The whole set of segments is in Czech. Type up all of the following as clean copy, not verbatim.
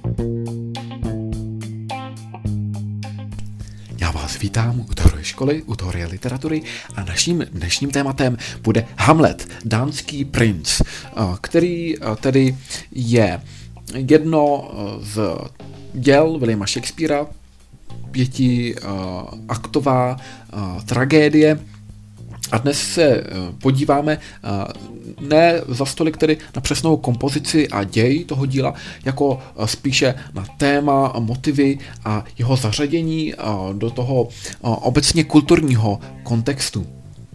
Já vás vítám u teorie školy, u teorie literatury a naším dnešním tématem bude Hamlet, dánský princ, který tedy je jedno z děl Williama Shakespearea, pětiaktová tragédie. A dnes se podíváme ne za stolik tedy na přesnou kompozici a děj toho díla, jako spíše na téma, motivy a jeho zařadění do toho obecně kulturního kontextu.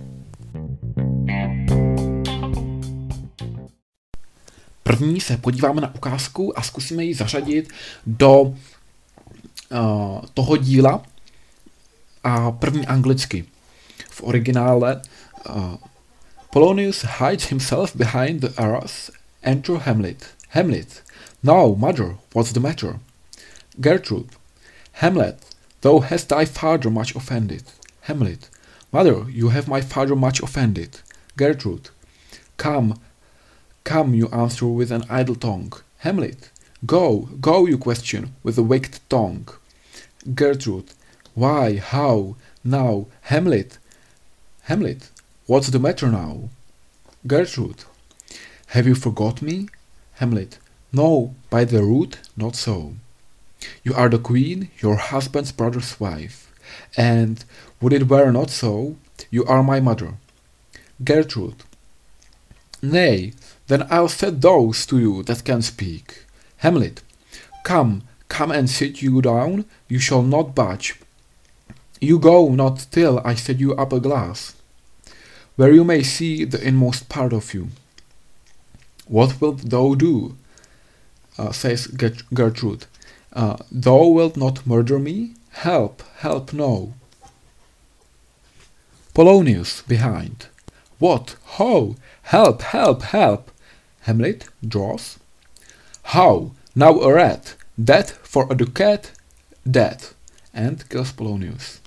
První se podíváme na ukázku a zkusíme ji zařadit do toho díla a první anglicky. V originále Polonius hides himself behind the arras. Enter Hamlet. Hamlet. Now, mother, what's the matter? Gertrude. Hamlet. Thou hast thy father much offended. Hamlet. Mother, you have my father much offended. Gertrude. Come, come, you answer with an idle tongue. Hamlet. Go, go, you question with a wicked tongue. Gertrude. Why, how, now, Hamlet. Hamlet, what's the matter now? Gertrude, have you forgot me? Hamlet, no, by the root, not so. You are the queen, your husband's brother's wife, and would it were not so, you are my mother. Gertrude, nay, then I'll set those to you that can speak. Hamlet, come, come and sit you down, you shall not budge. You go not till I set you up a glass, where you may see the inmost part of you. What wilt thou do? Says Gertrude. Thou wilt not murder me? Help, help, no. Polonius behind. What? How? Help, help, help. Hamlet draws. How? Now a rat. That for a ducat? That. And kills Polonius.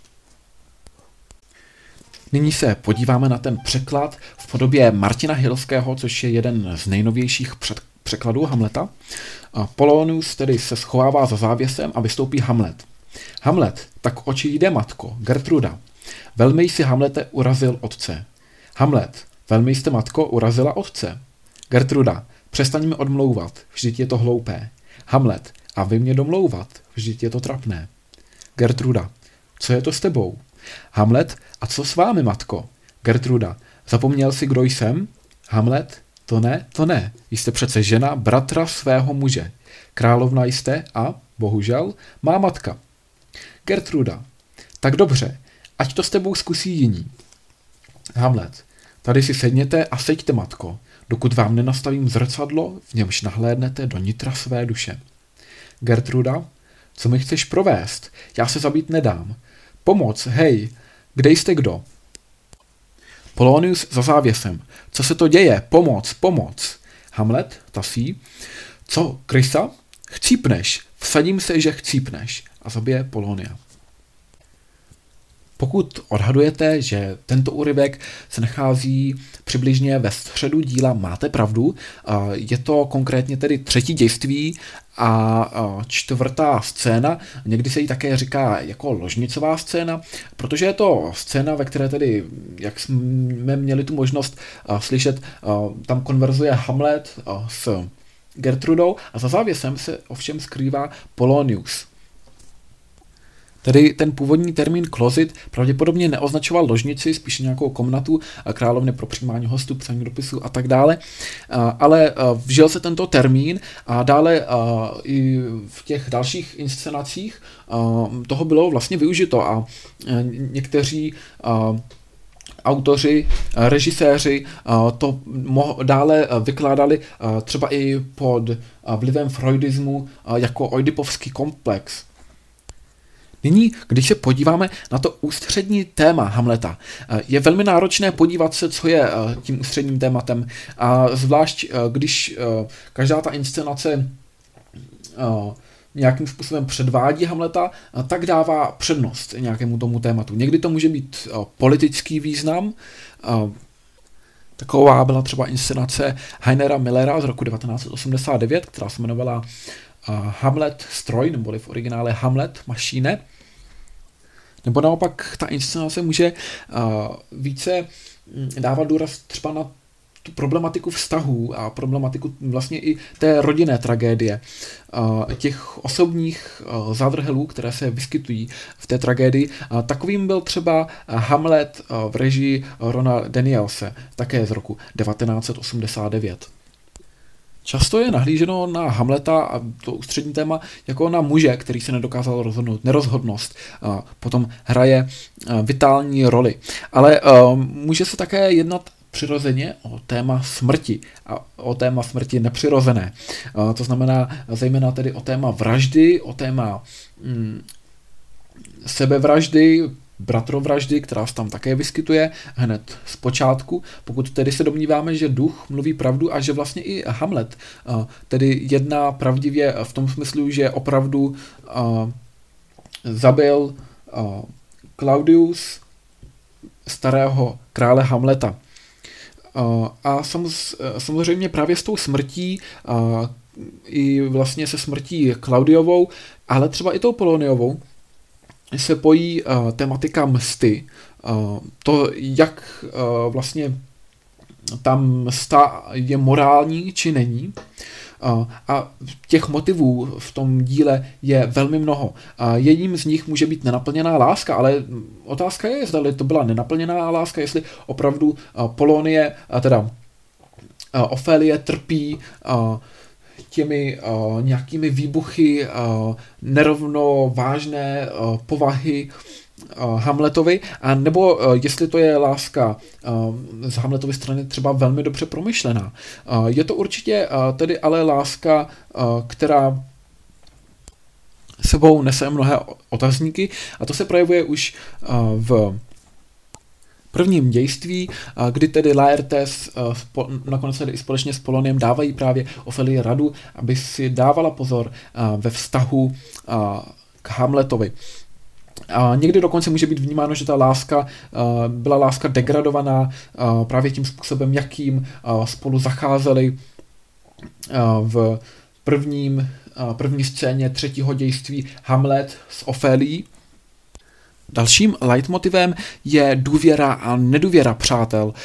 Nyní se podíváme na ten překlad v podobě Martina Hilského, což je jeden z nejnovějších překladů Hamleta. Polonius tedy se schovává za závěsem a vystoupí Hamlet. Hamlet, tak oči jde, matko, Gertruda. Velmi jsi, Hamlete, urazil otce. Hamlet, velmi jste, matko, urazila otce. Gertruda, přestaň mi odmlouvat, vždyť je to hloupé. Hamlet, a vy mě domlouvat, vždyť je to trapné. Gertruda, co je to s tebou? Hamlet, a co s vámi, matko? Gertruda, zapomněl jsi, kdo jsem? Hamlet, to ne, jste přece žena bratra svého muže. Královna jste a, bohužel, má matka. Gertruda, tak dobře, ať to s tebou zkusí jiní. Hamlet, tady si sedněte a seďte, matko, dokud vám nenastavím zrcadlo, v němž nahlédnete do nitra své duše. Gertruda, co mi chceš provést? Já se zabít nedám. Pomoc, hej, kde jste kdo? Polonius za závěsem. Co se to děje? Pomoc, pomoc. Hamlet, tasí. Co, Krysa? Chcípneš. Vsadím se, že chcípneš. A zabije Polonia. Pokud odhadujete, že tento úryvek se nachází přibližně ve středu díla, máte pravdu. Je to konkrétně tedy třetí dějství a čtvrtá scéna. Někdy se jí také říká jako ložnicová scéna, protože je to scéna, ve které tedy, jak jsme měli tu možnost slyšet, tam konverzuje Hamlet s Gertrudou a za závěsem se ovšem skrývá Polonius. Tedy ten původní termín closet pravděpodobně neoznačoval ložnici, spíše nějakou komnatu královny pro přijímání hostů, psaní dopisů a tak dále, ale vžil se tento termín a dále i v těch dalších inscenacích toho bylo vlastně využito a někteří autoři, režiséři to dále vykládali třeba i pod vlivem freudismu jako oidipovský komplex. Nyní, když se podíváme na to ústřední téma Hamleta, je velmi náročné podívat se, co je tím ústředním tématem, a zvlášť když každá ta inscenace nějakým způsobem předvádí Hamleta, tak dává přednost nějakému tomu tématu. Někdy to může být politický význam. Taková byla třeba inscenace Heinera Millera z roku 1989, která se jmenovala Hamlet stroj, neboli v originále Hamlet mašine, nebo naopak ta inscenace může více dávat důraz třeba na tu problematiku vztahů a problematiku vlastně i té rodinné tragédie. Těch osobních zádrhelů, které se vyskytují v té tragédii. Takovým byl třeba Hamlet v režii Rona Danielse, také z roku 1989. Často je nahlíženo na Hamleta a to ústřední téma jako na muže, který se nedokázal rozhodnout. Nerozhodnost potom hraje vitální roli. Ale může se také jednat přirozeně o téma smrti a o téma smrti nepřirozené. To znamená zejména tedy o téma vraždy, o téma sebevraždy, bratrovraždy, která se tam také vyskytuje hned z počátku, pokud tedy se domníváme, že duch mluví pravdu a že vlastně i Hamlet tedy jedná pravdivě v tom smyslu, že opravdu zabil Claudius starého krále Hamleta. A samozřejmě právě s tou smrtí i vlastně se smrtí Klaudiovou, ale třeba i tou Poloniovou se pojí tematika msty. To, jak vlastně ta msta je morální, či není. A těch motivů v tom díle je velmi mnoho. Jedním z nich může být nenaplněná láska, ale otázka je, zda to byla nenaplněná láska, jestli opravdu Polonie, teda Ofélie trpí těmi nějakými výbuchy nerovnovážné povahy Hamletovi, a nebo jestli to je láska z Hamletovy strany třeba velmi dobře promyšlená. Je to určitě tedy ale láska, která sebou nese mnohé otazníky, a to se projevuje už v prvním dějství, kdy tedy Laertes nakonec tedy i společně s Poloniem dávají právě Ofélii radu, aby si dávala pozor ve vztahu k Hamletovi. A někdy dokonce může být vnímáno, že ta láska byla láska degradovaná právě tím způsobem, jakým spolu zacházeli v první scéně třetího dějství Hamlet s Ofélií. Dalším leitmotivem je důvěra a nedůvěra přátel.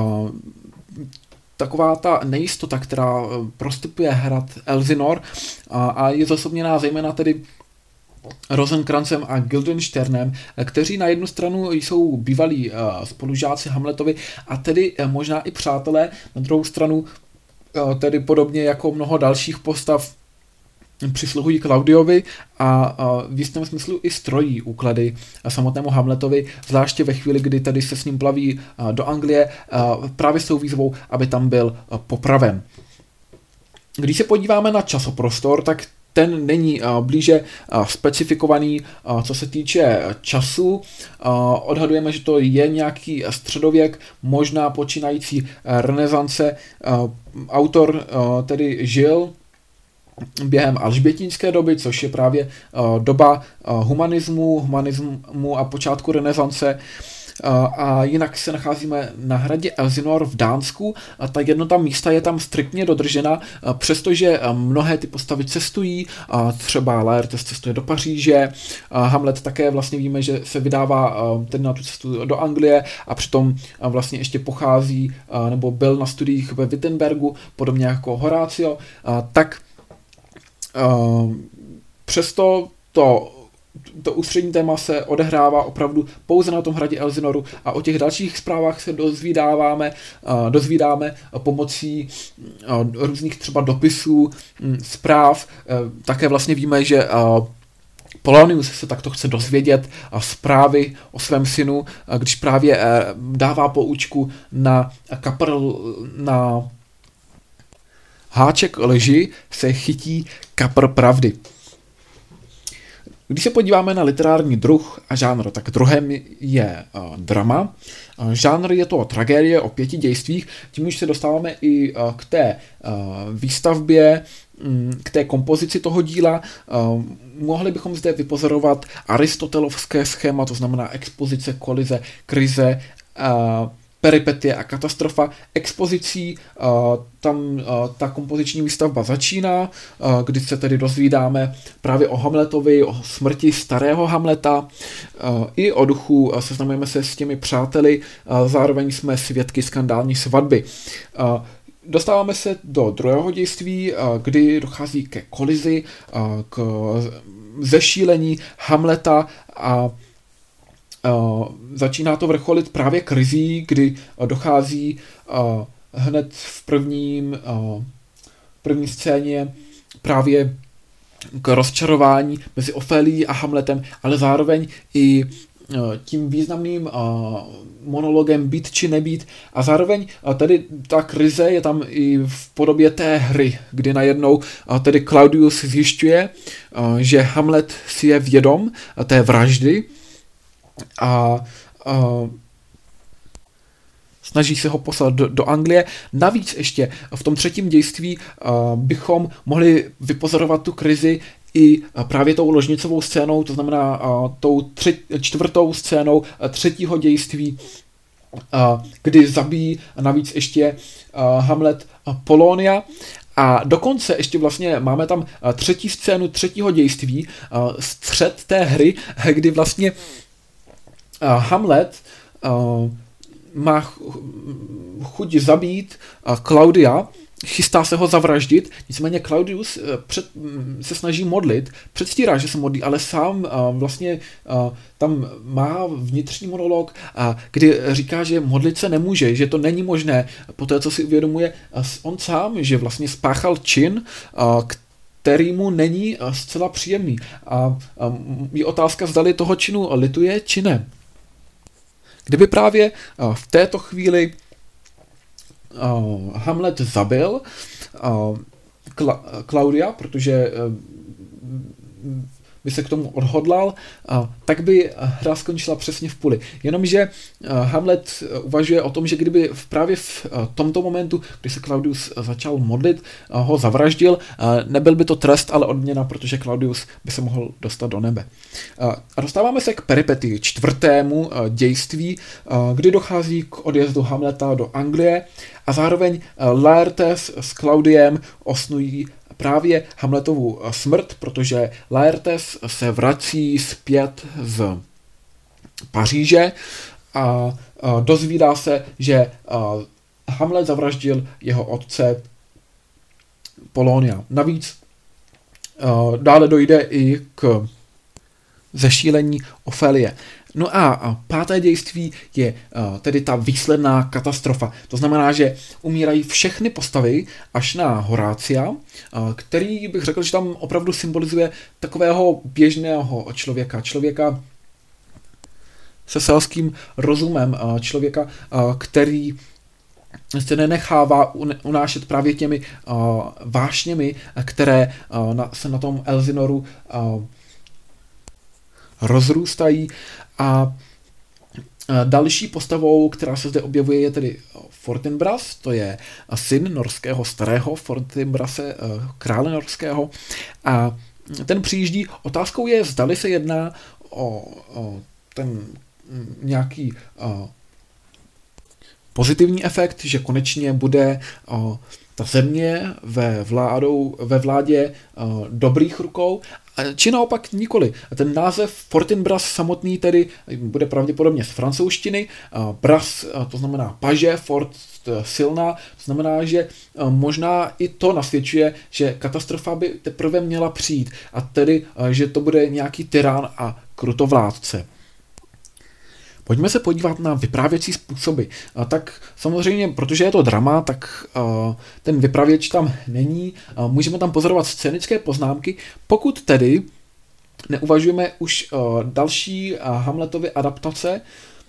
Taková ta nejistota, která prostupuje hrad Elsinore a je zosobněná zejména tedy Rosenkrancem a Guildensternem, kteří na jednu stranu jsou bývalí spolužáci Hamletovi a tedy možná i přátelé, na druhou stranu tedy podobně jako mnoho dalších postav přisluhují Claudiovi a v jistém smyslu i strojí úklady samotnému Hamletovi, zvláště ve chvíli, kdy tedy se s ním plaví do Anglie právě s tou výzvou, aby tam byl popraven. Když se podíváme na časoprostor, tak ten není blíže specifikovaný, co se týče času. Odhadujeme, že to je nějaký středověk, možná počínající renesance. Autor tedy žil během alžbětínské doby, což je právě doba humanismu a počátku renesance. A jinak se nacházíme na hradě Elsinore v Dánsku a ta jednota místa je tam striktně dodržena, přestože mnohé ty postavy cestují, třeba Laertes cestuje do Paříže, Hamlet také vlastně víme, že se vydává tedy na tu cestu do Anglie a přitom vlastně ještě pochází nebo byl na studiích ve Wittenbergu, podobně jako Horácio, tak přesto to ústřední téma se odehrává opravdu pouze na tom hradě Elsinoru a o těch dalších zprávách se dozvídáme pomocí různých třeba dopisů, zpráv. Také vlastně víme, že Polonius se takto chce dozvědět zprávy o svém synu, když právě dává poučku na háček lži se chytí kapr pravdy. Když se podíváme na literární druh a žánr, tak druhem je drama. Žánr je to tragédie o 5 dějstvích, tím už se dostáváme i k té výstavbě, k té kompozici toho díla. Mohli bychom zde vypozorovat aristotelovské schéma, to znamená expozice, kolize, krize, peripetie a katastrofa expozicí. Tam ta kompoziční výstavba začíná, kdy se tedy dozvídáme právě o Hamletovi, o smrti starého Hamleta i o duchu, seznamujeme se s těmi přáteli, zároveň jsme svědky skandální svatby. Dostáváme se do druhého dějství, kdy dochází ke kolizi, k zešílení Hamleta a začíná to vrcholit právě krizí, kdy dochází hned v první scéně právě k rozčarování mezi Ofelií a Hamletem, ale zároveň i tím významným monologem být či nebýt. A zároveň tady ta krize je tam i v podobě té hry, kdy najednou tedy Claudius zjišťuje, že Hamlet si je vědom té vraždy a snaží se ho poslat do Anglie. Navíc ještě v tom třetím dějství bychom mohli vypozorovat tu krizi i právě tou ložnicovou scénou, to znamená tou čtvrtou scénou třetího dějství, kdy zabíjí navíc ještě Hamlet Polonia. A dokonce ještě vlastně máme tam třetí scénu třetího dějství, střed té hry, kdy vlastně Hamlet má chuť zabít Claudia, chystá se ho zavraždit, nicméně Claudius se snaží modlit, předstírá, že se modlí, ale sám vlastně tam má vnitřní monolog, kdy říká, že modlit se nemůže, že to není možné, poté co si uvědomuje on sám, že vlastně spáchal čin, který mu není zcela příjemný. A je otázka, zdali toho činu lituje, či ne. Kdyby právě v této chvíli Hamlet zabil Claudia, protože by se k tomu odhodlal, tak by hra skončila přesně v půli. Jenomže Hamlet uvažuje o tom, že kdyby právě v tomto momentu, kdy se Claudius začal modlit, ho zavraždil, nebyl by to trest, ale odměna, protože Claudius by se mohl dostat do nebe. A dostáváme se k peripetii, čtvrtému dějství, kdy dochází k odjezdu Hamleta do Anglie a zároveň Laertes s Claudiem osnují právě Hamletovu smrt, protože Laertes se vrací zpět z Paříže a dozvídá se, že Hamlet zavraždil jeho otce Polonia. Navíc dále dojde i k zešílení Ofélie. No a páté dějství je tedy ta výsledná katastrofa. To znamená, že umírají všechny postavy až na Horácia, který bych řekl, že tam opravdu symbolizuje takového běžného člověka se selským rozumem, člověka, který se nenechává unášet právě těmi vášněmi, které se na tom Elzinoru rozrůstají. A další postavou, která se zde objevuje, je tedy Fortinbras, to je syn norského starého Fortinbrase, krále norského. A ten přijíždí. Otázkou je, zdali se jedná o ten nějaký pozitivní efekt, že konečně bude ta země ve vládě dobrých rukou, či naopak nikoli. Ten název Fortinbras samotný tedy bude pravděpodobně z francouzštiny. Bras, to znamená paže, fort silná, to znamená, že možná i to nasvědčuje, že katastrofa by teprve měla přijít a tedy, že to bude nějaký tyran a krutovládce. Pojďme se podívat na vyprávěcí způsoby. Tak samozřejmě, protože je to drama, tak ten vypravěč tam není. Můžeme tam pozorovat scénické poznámky. Pokud tedy neuvažujeme už další Hamletovy adaptace,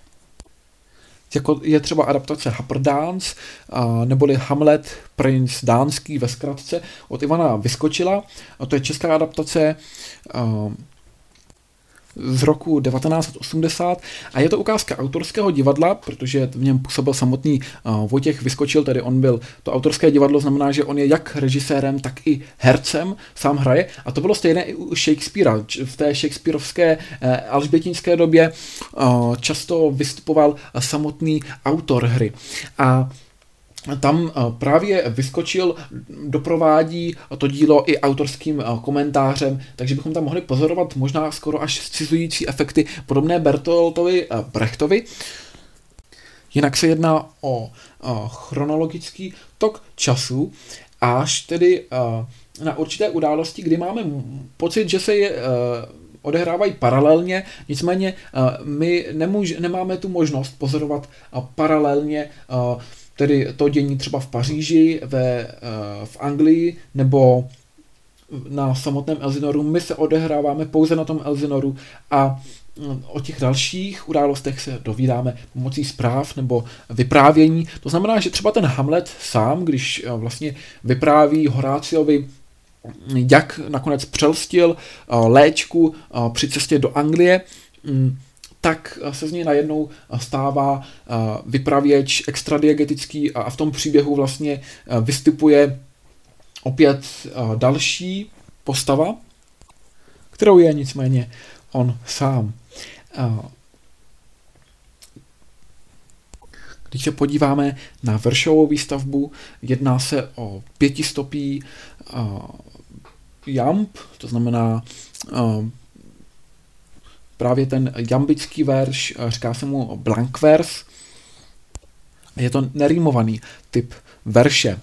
jako je třeba adaptace Happerdans, neboli Hamlet, princ dánský ve zkratce, od Ivana Vyskočila. To je česká adaptace z roku 1980 a je to ukázka autorského divadla, protože v něm působil samotný Vojtěch Vyskočil, tedy on byl, to autorské divadlo znamená, že on je jak režisérem, tak i hercem, sám hraje a to bylo stejné i u Shakespearea. V té shakespearovské alžbětinské době často vystupoval samotný autor hry a tam právě Vyskočil doprovádí to dílo i autorským komentářem, takže bychom tam mohli pozorovat možná skoro až scizující efekty podobné Bertoltovi Brechtovi. Jinak se jedná o chronologický tok času, až tedy na určité události, kdy máme pocit, že se odehrávají paralelně, nicméně my nemáme tu možnost pozorovat paralelně tedy to dění třeba v Paříži, v Anglii nebo na samotném Elsinoru. My se odehráváme pouze na tom Elsinoru a o těch dalších událostech se dovídáme pomocí zpráv nebo vyprávění. To znamená, že třeba ten Hamlet sám, když vlastně vypráví Horáciovi, jak nakonec přelstil léčku při cestě do Anglie, tak se z něj najednou stává vypravěč extradiegetický a v tom příběhu vlastně vystupuje opět další postava, kterou je nicméně on sám. Když se podíváme na Veršovou výstavbu, jedná se o 5stopý jamb, to znamená právě ten jambický verš, říká se mu blank vers. Je to nerýmovaný typ verše.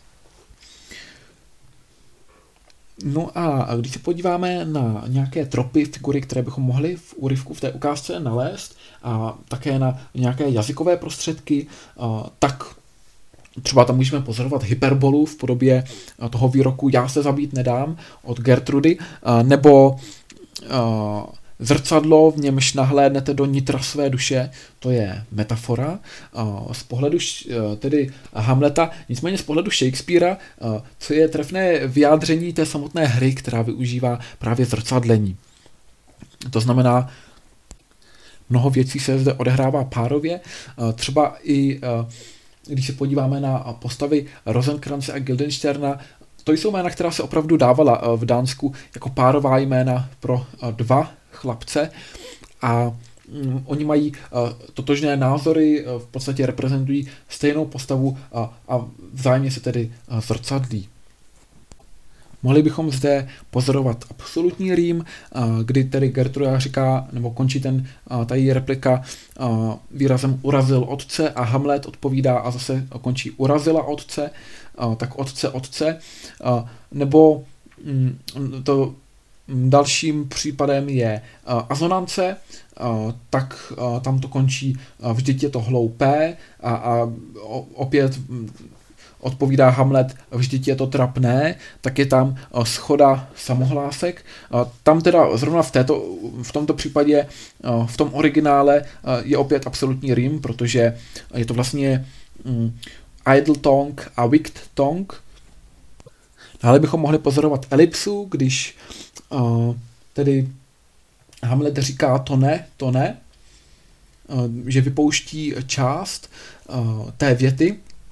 No a když se podíváme na nějaké tropy, figury, které bychom mohli v úryvku v té ukázce nalézt a také na nějaké jazykové prostředky, tak třeba tam můžeme pozorovat hyperbolu v podobě toho výroku Já se zabít nedám od Gertrudy, nebo zrcadlo, v němž nahlédnete do nitra své duše, to je metafora z pohledu tedy Hamleta, nicméně z pohledu Shakespearea, co je trefné vyjádření té samotné hry, která využívá právě zrcadlení. To znamená, mnoho věcí se zde odehrává párově, třeba i když se podíváme na postavy Rosenkrantze a Guildensterna, to jsou jména, která se opravdu dávala v Dánsku jako párová jména pro dva chlapce a oni mají totožné názory, v podstatě reprezentují stejnou postavu a vzájemně se tedy zrcadlí. Mohli bychom zde pozorovat absolutní rým, kdy tedy Gertruda říká, nebo končí ta její replika výrazem urazil otce a Hamlet odpovídá a zase končí urazila otce, tak otce, nebo to dalším případem je azonance, tak tam to končí vždyť je to hloupé a opět odpovídá Hamlet, vždyť je to trapné, tak je tam schoda samohlásek. Tam teda zrovna v tomto případě, v tom originále je opět absolutní rým, protože je to vlastně idle tongue a wicked tongue. Dále bychom mohli pozorovat elipsu, když tedy Hamlet říká to ne, že vypouští část té věty.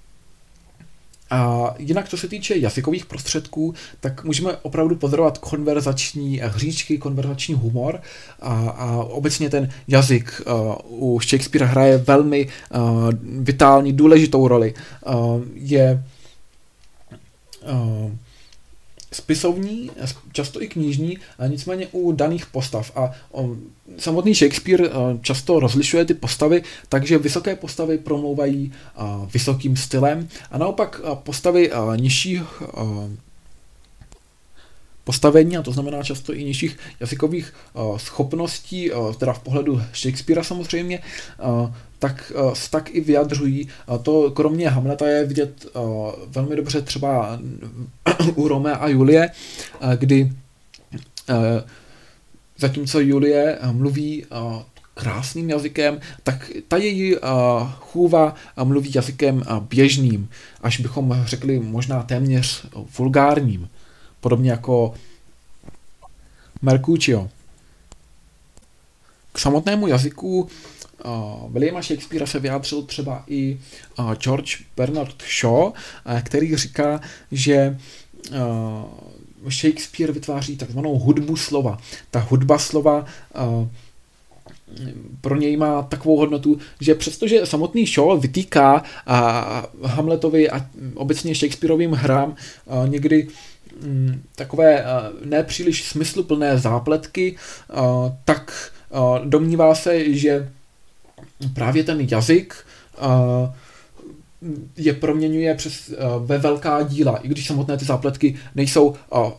A jinak, co se týče jazykových prostředků, tak můžeme opravdu pozorovat konverzační hříčky, konverzační humor a obecně ten jazyk u Shakespearea hraje velmi vitální, důležitou roli. Je spisovní, často i knižní, a nicméně u daných postav. A samotný Shakespeare často rozlišuje ty postavy, takže vysoké postavy promlouvají vysokým stylem a naopak postavy nižších postavení, a to znamená často i nižších jazykových schopností, teda v pohledu Shakespearea samozřejmě, tak i vyjadřují. To kromě Hamleta je vidět velmi dobře třeba u Romea a Julie, kdy zatímco Julie mluví krásným jazykem, tak ta její chůva mluví jazykem běžným, až bychom řekli možná téměř vulgárním. Podobně jako Mercutio. K samotnému jazyku Williama Shakespearea se vyjádřil třeba i George Bernard Shaw, který říká, že Shakespeare vytváří takzvanou hudbu slova. Ta hudba slova pro něj má takovou hodnotu, že přestože samotný Shaw vytýká Hamletovi a obecně Shakespeareovým hrám někdy takové nepříliš smysluplné zápletky, tak domnívá se, že právě ten jazyk je proměňuje ve velká díla, i když samotné ty zápletky nejsou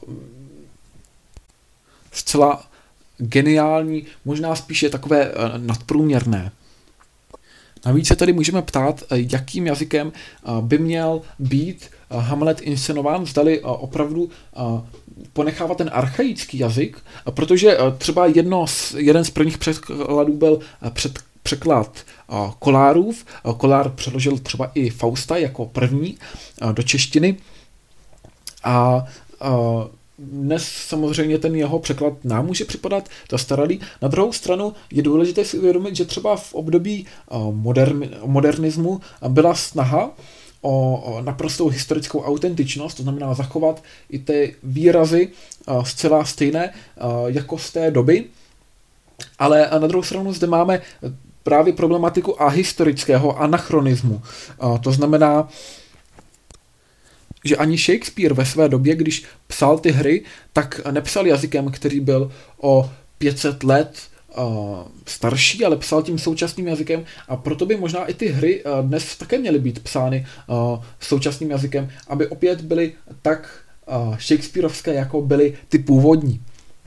zcela geniální, možná spíše takové nadprůměrné. Navíc se tedy můžeme ptát, jakým jazykem by měl být Hamlet inscenován, zdali opravdu ponechávat ten archaický jazyk, protože třeba jeden z prvních překladů byl překlad Kollárův. Kollár přeložil třeba i Fausta jako první do češtiny a dnes samozřejmě ten jeho překlad nám může připadat zastaralý. Na druhou stranu je důležité si uvědomit, že třeba v období modernismu byla snaha o naprostou historickou autentičnost, to znamená zachovat i ty výrazy zcela stejné jako z té doby, ale na druhou stranu zde máme právě problematiku ahistorického anachronismu. To znamená, že ani Shakespeare ve své době, když psal ty hry, tak nepsal jazykem, který byl o 500 let starší, ale psal tím současným jazykem a proto by možná i ty hry dnes také měly být psány současným jazykem, aby opět byly tak shakespearovské, jako byly ty původní.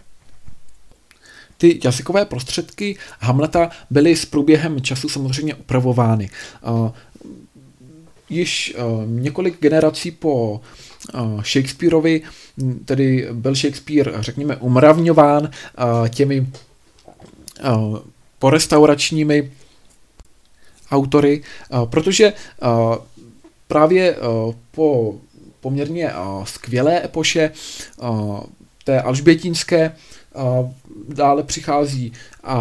Ty jazykové prostředky Hamleta byly s průběhem času samozřejmě upravovány. Již několik generací po Shakespeareovi, tedy byl Shakespeare, řekněme, umravňován těmi porestauračními autory, protože právě po poměrně skvělé epoše té alžbětínské dále přichází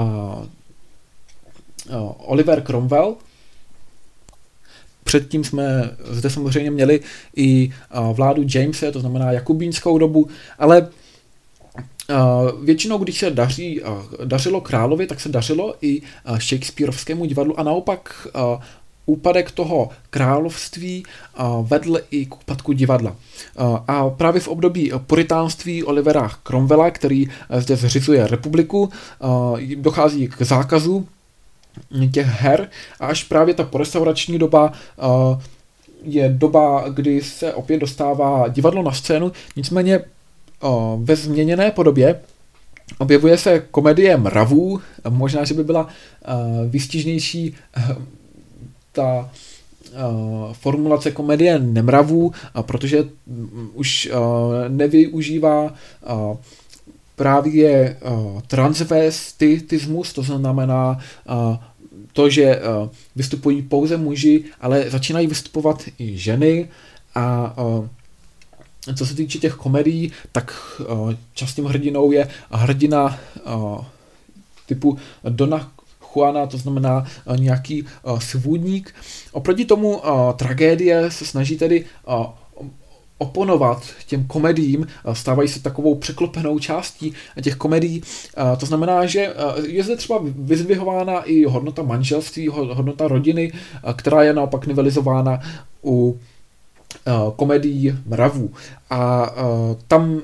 Oliver Cromwell. Předtím jsme zde samozřejmě měli i vládu Jamese, to znamená jakubínskou dobu, ale většinou, když se dařilo královi, tak se dařilo i Shakespeareovskému divadlu a naopak úpadek toho království vedl i k úpadku divadla. A právě v období puritánství Olivera Cromwella, který zde zřizuje republiku, dochází k zákazu těch her a až právě ta porestaurační doba je doba, kdy se opět dostává divadlo na scénu, nicméně ve změněné podobě objevuje se komedie mravů, možná, že by byla výstižnější ta formulace komedie nemravů, protože už nevyužívá právě transvestitismus, to znamená to, že vystupují pouze muži, ale začínají vystupovat i ženy a co se týče těch komedií, tak častým hrdinou je hrdina typu Dona Juana, to znamená nějaký svůdník. Oproti tomu tragédie se snaží tedy oponovat těm komediím, stávají se takovou překlopenou částí těch komedií. To znamená, že je zde třeba vyzdvihována i hodnota manželství, hodnota rodiny, která je naopak nivelizována u komedií mravů. A tam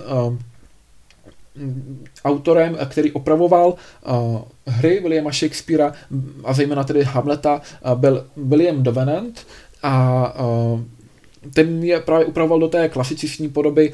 autorem, který opravoval hry Williama Shakespearea a zejména tedy Hamleta, byl William Davenant a ten je právě upravoval do té klasicistní podoby.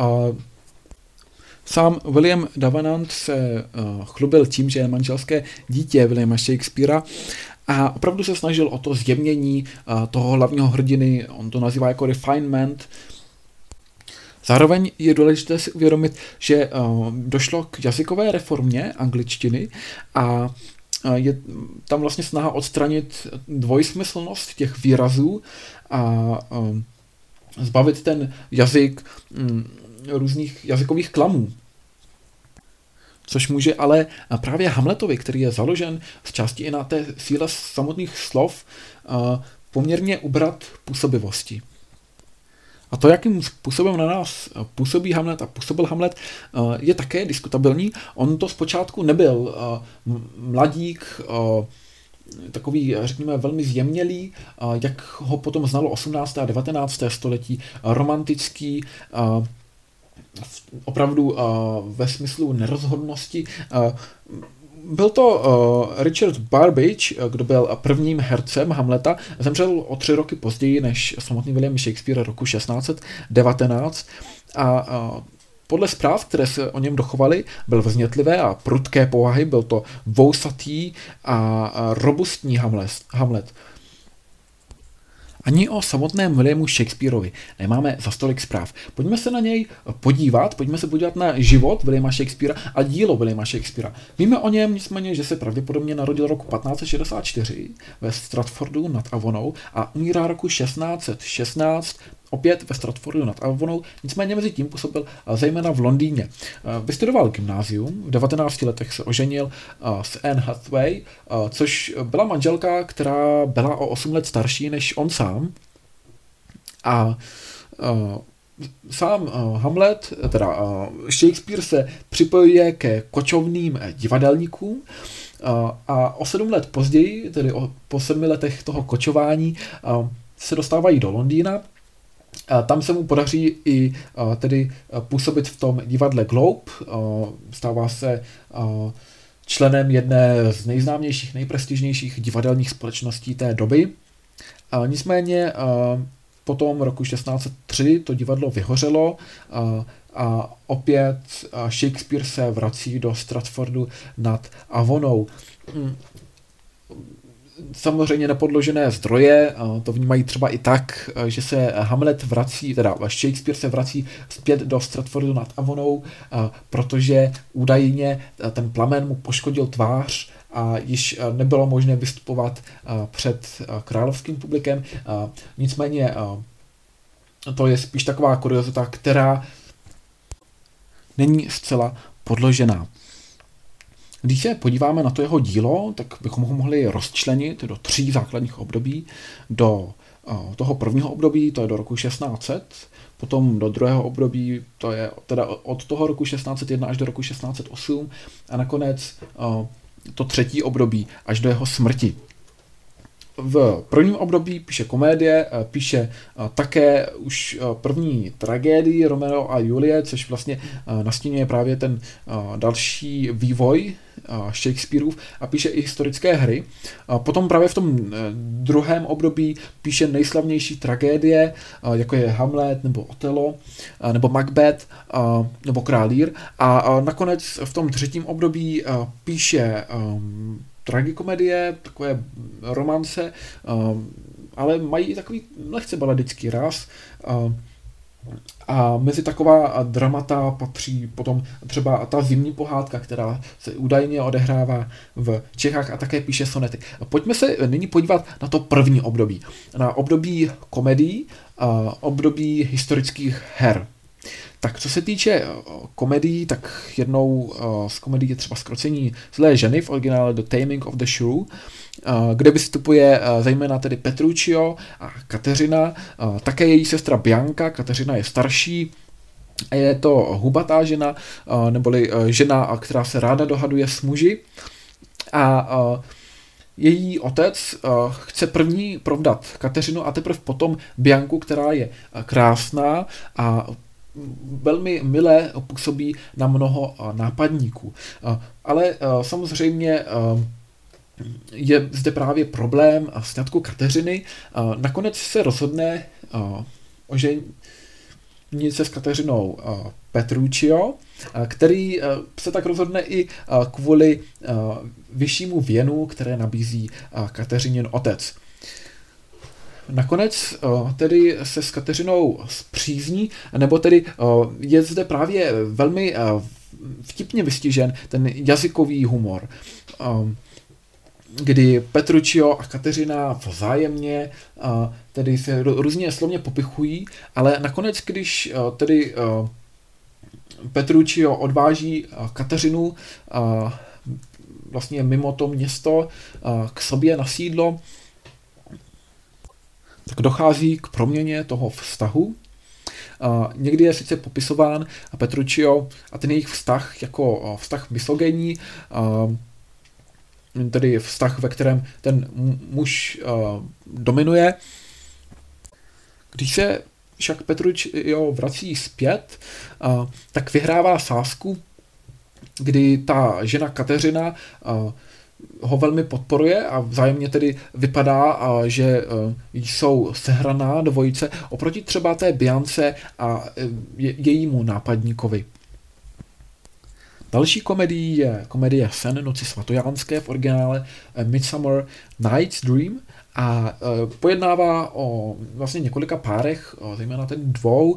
Sám William Davenant se chlubil tím, že je manželské dítě Williama Shakespearea a opravdu se snažil o to zjemnění toho hlavního hrdiny, on to nazývá jako refinement. Zároveň je důležité si uvědomit, že došlo k jazykové reformě angličtiny a je tam vlastně snaha odstranit dvojsmyslnost těch výrazů a zbavit ten jazyk různých jazykových klamů. což může ale právě Hamletovi, který je založen z části i na té síle samotných slov, poměrně ubrat působivosti. A to, jakým způsobem na nás působí Hamlet a působil Hamlet, je také diskutabilní. On to zpočátku nebyl mladík, takový, řekněme, velmi zjemnělý, jak ho potom znalo 18. a 19. století, romantický, opravdu ve smyslu nerozhodnosti. Byl to Richard Burbage, kdo byl prvním hercem Hamleta, zemřel o 3 roky později než samotný William Shakespeare roku 1619 a podle zpráv, které se o něm dochovaly, byl vznětlivé a prudké povahy, byl to vousatý a robustní Hamlet. Ani o samotném Williamu Shakespeareovi nemáme za stolik zpráv. Pojďme se na něj podívat, na život Williama Shakespearea a dílo Williama Shakespearea. Víme o něm nicméně, že se pravděpodobně narodil roku 1564 ve Stratfordu nad Avonou a umírá roku 1616 opět ve Stratfordu nad Avonou, nicméně mezi tím působil zejména v Londýně. Vystudoval gymnázium, v 19 letech se oženil s Anne Hathaway, což byla manželka, která byla o 8 let starší než on sám. A sám Hamlet, teda Shakespeare se připojuje ke kočovným divadelníkům a o 7 let později, tedy po 7 letech toho kočování, se dostávají do Londýna. Tam se mu podaří i tedy působit v tom divadle Globe, stává se členem jedné z nejznámějších, nejprestižnějších divadelních společností té doby. Nicméně potom roku 1603 to divadlo vyhořelo a opět Shakespeare se vrací do Stratfordu nad Avonou. Samozřejmě nepodložené zdroje, to vnímají třeba i tak, že se Hamlet vrací, teda Shakespeare se vrací zpět do Stratfordu nad Avonou, protože údajně ten plamen mu poškodil tvář a již nebylo možné vystupovat před královským publikem. Nicméně to je spíš taková kuriozita, která není zcela podložená. Když se podíváme na to jeho dílo, tak bychom ho mohli rozčlenit do 3 základních období. Do toho prvního období, to je do roku 1600, potom do druhého období, to je teda od toho roku 1601 až do roku 1608 a nakonec to třetí období až do jeho smrti. V prvním období píše komédie, píše také už první tragédii Romeo a Julie, což vlastně nastíňuje právě ten další vývoj Shakespeareův a píše i historické hry. Potom právě v tom druhém období píše nejslavnější tragédie, jako je Hamlet, nebo Othello, nebo Macbeth, nebo Král Lear. A nakonec v tom třetím období píše tragikomedie, takové romance, ale mají i takový lehce baladický ráz. A mezi taková dramata patří potom třeba ta zimní pohádka, která se údajně odehrává v Čechách a také píše sonety. Pojďme se nyní podívat na to první období. Na období komedií, období historických her. Tak co se týče komedií, tak jednou z komedií je třeba Zkrocení zlé ženy v originále The Taming of the Shrew, kde vystupuje zejména tedy Petruchio a Kateřina, také její sestra Bianca. Kateřina je starší a je to hubatá žena, neboli žena, která se ráda dohaduje s muži. A její otec chce první provdat Kateřinu a teprve potom Bianku, která je krásná a velmi milé působí na mnoho nápadníků. Ale samozřejmě je zde právě problém sňatku Kateřiny. Nakonec se rozhodne oženit se s Kateřinou Petruchio, který se tak rozhodne i kvůli vyššímu věnu, které nabízí Kateřinin otec. Nakonec tedy se s Kateřinou zpřízní, nebo tedy je zde právě velmi vtipně vystižen ten jazykový humor, kdy Petruchio a Kateřina vzájemně tedy se různě slovně popichují, ale nakonec, když tedy Petruchio odváží Kateřinu vlastně mimo to město k sobě na sídlo, tak dochází k proměně toho vztahu. Někdy je sice popisován Petruchio a ten jejich vztah jako vztah misogyní, tedy vztah, ve kterém ten muž dominuje. Když se však Petruchio vrací zpět, tak vyhrává sázku, kdy ta žena Kateřina ho velmi podporuje a vzájemně tedy vypadá, že jsou sehraná dvojice oproti třeba té Biance a jejímu nápadníkovi. Další komedií je komedie Sen, noci svatojánské, v originále Midsummer Night's Dream, a pojednává o vlastně několika párech, zejména tedy dvou,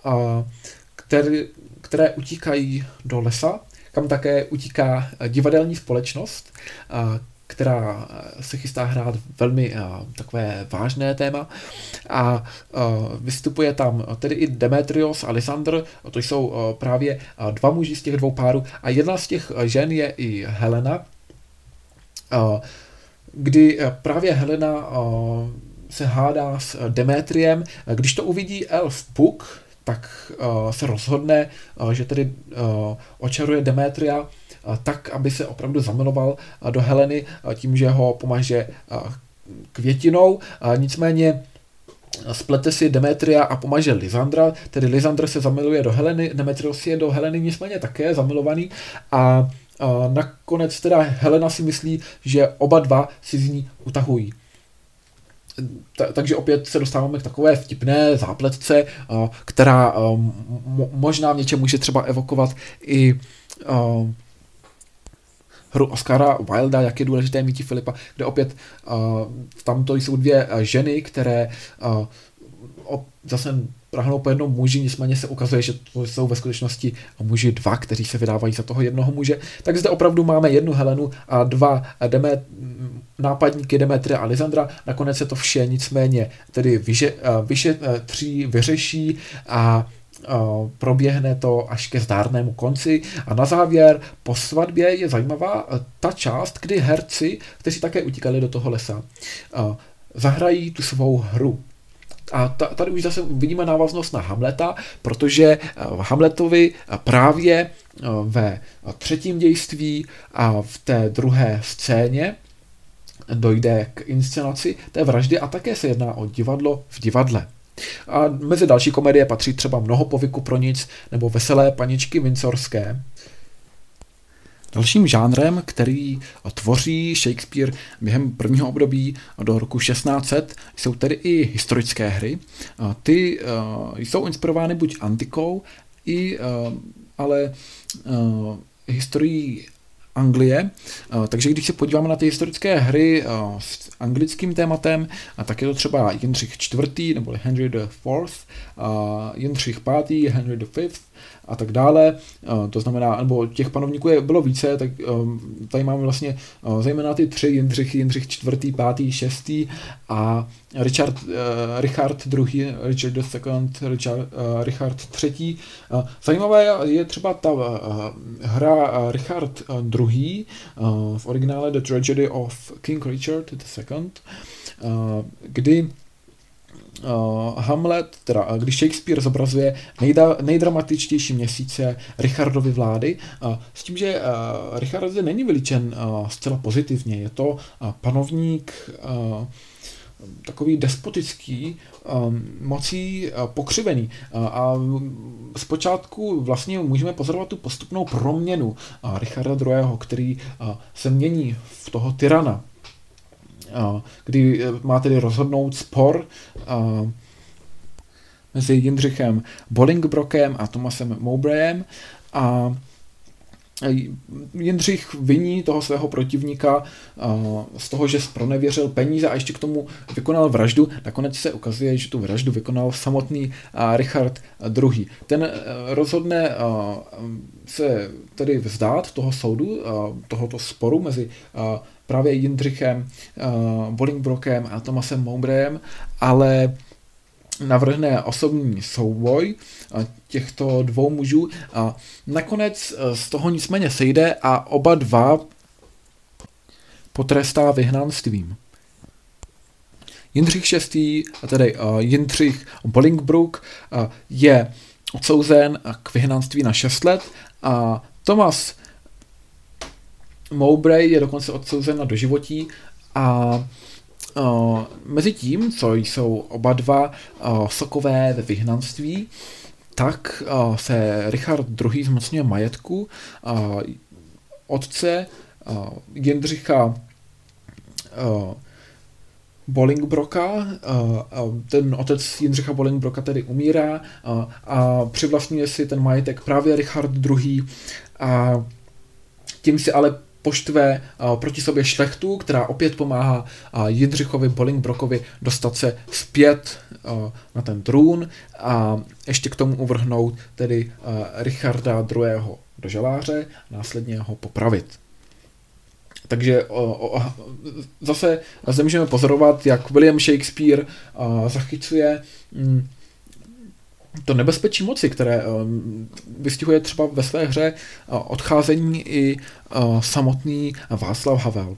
které utíkají do lesa, kam také utíká divadelní společnost, která se chystá hrát velmi takové vážné téma, a vystupuje tam tedy i Demetrios a Lysander, to jsou právě dva muži z těch dvou párů, a jedna z těch žen je i Helena, kdy právě Helena se hádá s Demetriem. Když to uvidí elf Puck, tak se rozhodne, že tedy očaruje Demetria tak, aby se opravdu zamiloval do Heleny tím, že ho pomaže květinou. Nicméně splete si Demetria a pomaže Lysandra, tedy Lysander se zamiluje do Heleny, Demetrios je do Heleny nicméně také zamilovaný, a nakonec teda Helena si myslí, že oba dva si z ní utahují. Takže opět se dostáváme k takové vtipné zápletce, která možná v něčem může třeba evokovat i hru Oscara Wilda, Jak je důležité míti Filipa, kde opět tamto jsou dvě ženy, které zase prahnou po jednom muži, nicméně se ukazuje, že to jsou ve skutečnosti muži dva, kteří se vydávají za toho jednoho muže. Tak zde opravdu máme jednu Helenu a dva nápadníky Demetria a Lysandra. Nakonec se to vše nicméně tedy vyřeší a proběhne to až ke zdárnému konci. A na závěr po svatbě je zajímavá ta část, kdy herci, kteří také utíkali do toho lesa, zahrají tu svou hru. A tady už zase vidíme návaznost na Hamleta, protože v Hamletovi právě ve třetím dějství a v té druhé scéně dojde k inscenaci té vraždy a také se jedná o divadlo v divadle. A mezi další komedie patří třeba Mnoho povyku pro nic nebo Veselé paničky windsorské. Dalším žánrem, který tvoří Shakespeare během prvního období do roku 1600, jsou tedy i historické hry. Ty jsou inspirovány buď antikou, ale historií Anglie. Takže když se podíváme na ty historické hry s anglickým tématem, tak je to třeba Jindřich IV. Nebo Henry IV., Jindřich V., Henry V. a tak dále. To znamená, nebo těch panovníků bylo více, tak tady máme vlastně zejména ty tři Jindřichy, Jindřich IV., V., VI. a Richard II., Richard II., Richard III. Zajímavé je třeba ta hra Richard II. V originále The Tragedy of King Richard II., kdy Hamlet, teda když Shakespeare zobrazuje nejdramatičtější měsíce Richardovy vlády, s tím, že Richard zde není vylíčen zcela pozitivně. Je to panovník takový despotický, mocí pokřivený. A zpočátku vlastně můžeme pozorovat tu postupnou proměnu Richarda II., který se mění v toho tyrana, kdy má tedy rozhodnout spor mezi Jindřichem Bolingbrokem a Thomasem Mowbrayem, a Jindřich viní toho svého protivníka z toho, že zpronevěřil peníze a ještě k tomu vykonal vraždu. Nakonec se ukazuje, že tu vraždu vykonal samotný Richard II. Ten rozhodne se tedy vzdát toho soudu, tohoto sporu mezi právě Jindřichem Bolingbrokem a Thomasem Mowbrayem, ale navrhne osobní souboj těchto dvou mužů. Nakonec z toho nicméně sejde a oba dva potrestá vyhnanstvím. Jindřich VI., tedy Jindřich Bolingbroke, je odsouzen k vyhnanství na 6 let a Thomas Mowbray je dokonce odsouzen na doživotí a mezi tím, co jsou oba dva sokové ve vyhnanství, tak se Richard II. Zmocňuje majetku otce Jindřicha Bolingbroka. Ten otec Jindřicha Bolingbroka tedy umírá a přivlastňuje si ten majetek právě Richard II. A tím si ale poštve proti sobě šlechtu, která opět pomáhá Jindřichovi Bolingbrokovi dostat se zpět na ten trůn a ještě k tomu uvrhnout tedy Richarda II. Do žaláře a následně ho popravit. Takže zase zde můžeme pozorovat, jak William Shakespeare zachycuje to nebezpečí moci, které vystihuje třeba ve své hře Odcházení i samotný Václav Havel.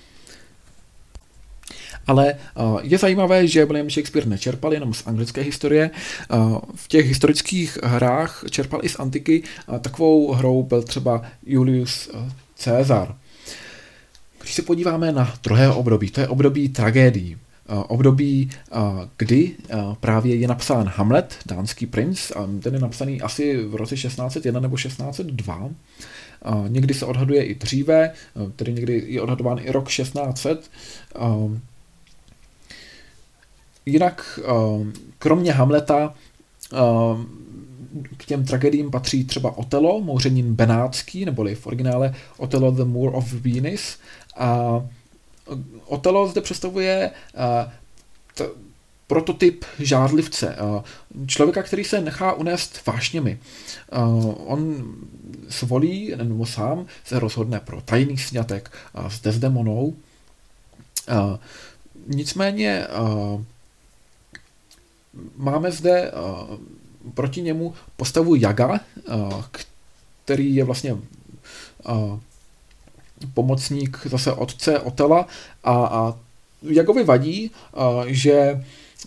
Ale je zajímavé, že William Shakespeare nečerpal jenom z anglické historie. V těch historických hrách čerpal i z antiky. Takovou hrou byl třeba Julius Caesar. Když se podíváme na druhé období, to je období tragédií. Období, kdy právě je napsán Hamlet, dánský princ, ten je napsaný asi v roce 1601 nebo 1602. Někdy se odhaduje i dříve, tedy někdy je odhadován i rok 1600. Jinak kromě Hamleta k těm tragédiím patří třeba Othello, Mouřenin benátský, neboli v originále Othello the Moor of Venice. A Othello zde představuje prototyp žárlivce, člověka, který se nechá unést vášněmi. On svolí, nebo sám se rozhodne pro tajný sňatek s Desdemonou. Nicméně máme zde proti němu postavu Jaga, který je vlastně pomocník zase otce Othella a Jagovi vadí, že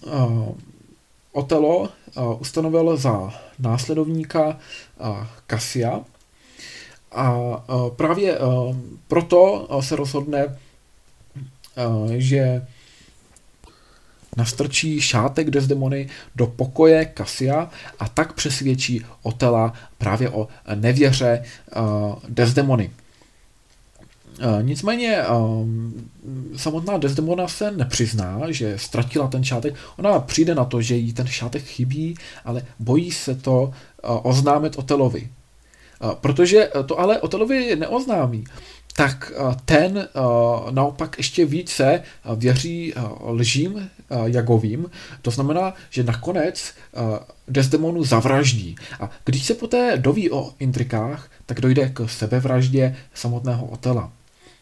Othello ustanovil za následovníka Cassia a právě proto se rozhodne, že nastrčí šátek Desdemony do pokoje Cassia a tak přesvědčí Othella právě o nevěře Desdemony. Nicméně samotná Desdemona se nepřizná, že ztratila ten šátek. Ona přijde na to, že jí ten šátek chybí, ale bojí se to oznámit Othellovi. Protože to ale Othellovi neoznámí, tak ten naopak ještě více věří lžím Jagovým. To znamená, že nakonec Desdemonu zavraždí. A když se poté doví o intrikách, tak dojde k sebevraždě samotného Othella.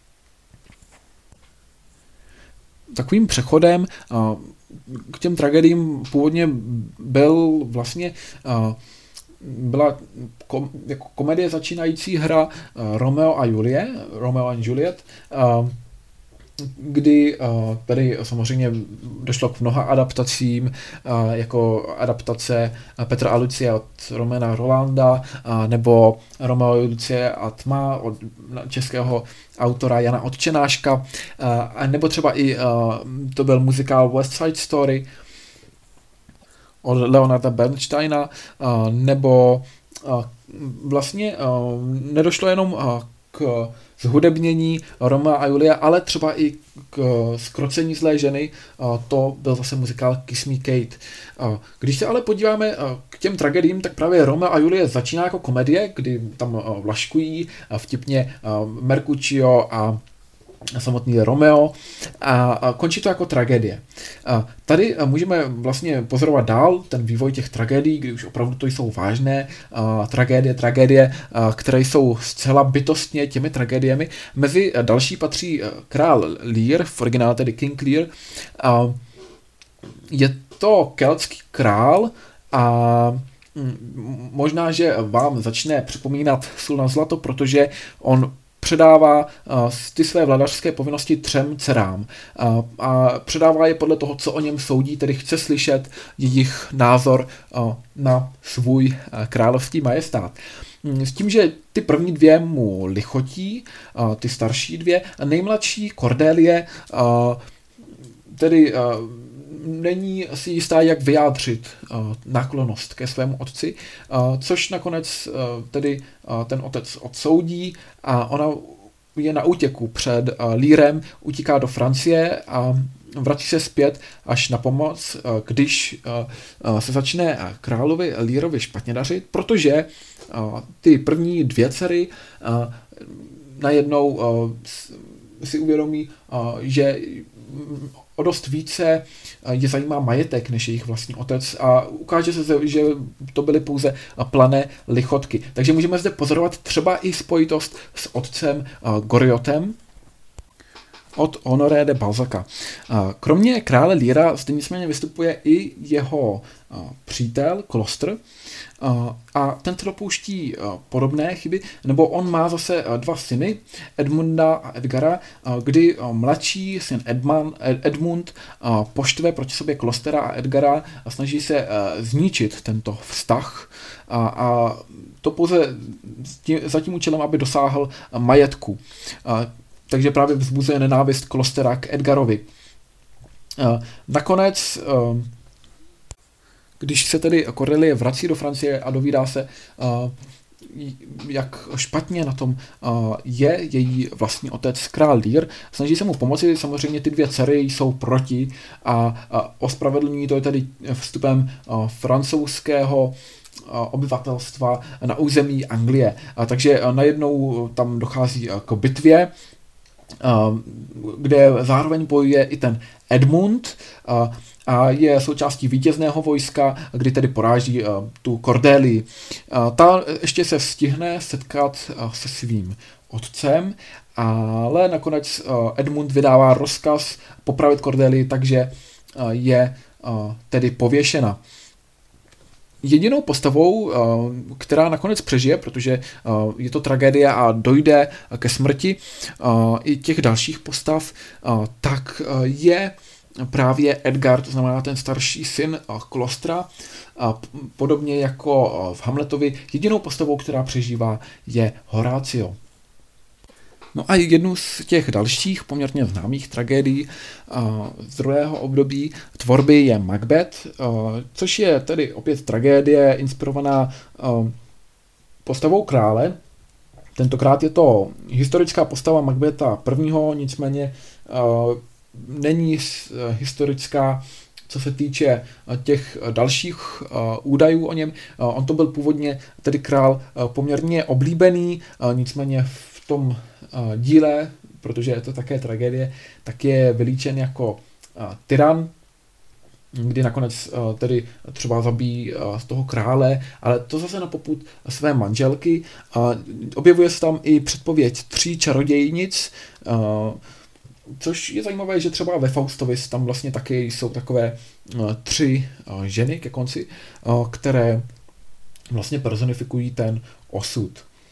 Takovým přechodem k těm tragédiím původně byla jako komedie začínající hra Romeo a Juliet, kdy tady samozřejmě došlo k mnoha adaptacím, jako adaptace Petra a Lucie od Romana Rolanda, nebo Romeo a Lucie a tma od českého autora Jana Odčenáška, nebo třeba i to byl muzikál West Side Story od Leonarda Bernsteina, nebo vlastně nedošlo jenom k zhudebnění Romea a Julie, ale třeba i k zkrocení zlé ženy, to byl zase muzikál Kiss Me Kate. Když se ale podíváme k těm tragédiím, tak právě Romeo a Julie začíná jako komedie, kdy tam vlaškují vtipně Mercutio a samotný Romeo a končí to jako tragédie. Tady můžeme vlastně pozorovat dál ten vývoj těch tragédií, kdy už opravdu to jsou vážné tragédie, které jsou zcela bytostně těmi tragédiemi. Mezi další patří Král Lear, v originále tedy King Lear. Je to keltský král a možná, že vám začne připomínat Sůl na zlato, protože on předává ty své vladařské povinnosti 3 dcerám a předává je podle toho, co o něm soudí, tedy chce slyšet jejich názor na svůj královský majestát. S tím, že ty první 2 mu lichotí, ty starší 2, nejmladší Cordelie tedy není si jistá, jak vyjádřit náklonnost ke svému otci, což nakonec tedy ten otec odsoudí a ona je na útěku před Learem, utíká do Francie a vrací se zpět až na pomoc, když se začne královi Learovi špatně dařit, protože ty první 2 dcery najednou si uvědomí, že o dost více je zajímá majetek než jejich vlastní otec a ukáže se, že to byly pouze plané lichotky. Takže můžeme zde pozorovat třeba i spojitost s otcem Goriotem od Honoré de Balzaca. Kromě krále Leara zde nicméně vystupuje i jeho přítel Klostr a ten se dopouští podobné chyby, nebo on má zase 2 syny, Edmunda a Edgara, kdy mladší syn Edmund poštve proti sobě Klostera a Edgara a snaží se zničit tento vztah a to pouze za tím účelem, aby dosáhl majetku. Takže právě vzbuzuje nenávist Klostera k Edgarovi. Nakonec, když se tedy Cordelie vrací do Francie a dovídá se, jak špatně na tom je její vlastní otec král Lear, snaží se mu pomoci, samozřejmě ty 2 dcery jsou proti a ospravedlní to tedy vstupem francouzského obyvatelstva na území Anglie. Takže najednou tam dochází k bitvě, kde zároveň bojuje i ten Edmund a je součástí vítězného vojska, kdy tedy poráží tu Cordelii. Ta ještě se stihne setkat se svým otcem, ale nakonec Edmund vydává rozkaz popravit Cordelii, takže je tedy pověšena. Jedinou postavou, která nakonec přežije, protože je to tragédie a dojde ke smrti i těch dalších postav, tak je právě Edgar, to znamená ten starší syn Klostra. Podobně jako v Hamletovi, jedinou postavou, která přežívá, je Horatio. No a jednu z těch dalších poměrně známých tragédií z druhého období tvorby je Macbeth, což je tedy opět tragédie inspirovaná postavou krále. Tentokrát je to historická postava Macbetha prvního, nicméně není historická, co se týče těch dalších údajů o něm. On to byl původně tedy král poměrně oblíbený, nicméně v tom díle, protože je to také tragédie, tak je vylíčen jako tyran, kdy nakonec tedy třeba zabíjí z toho krále, ale to zase na popud své manželky. Objevuje se tam i předpověď 3 čarodějnic, což je zajímavé, že třeba ve Faustovi tam vlastně taky jsou takové 3 ženy ke konci, které vlastně personifikují ten osud.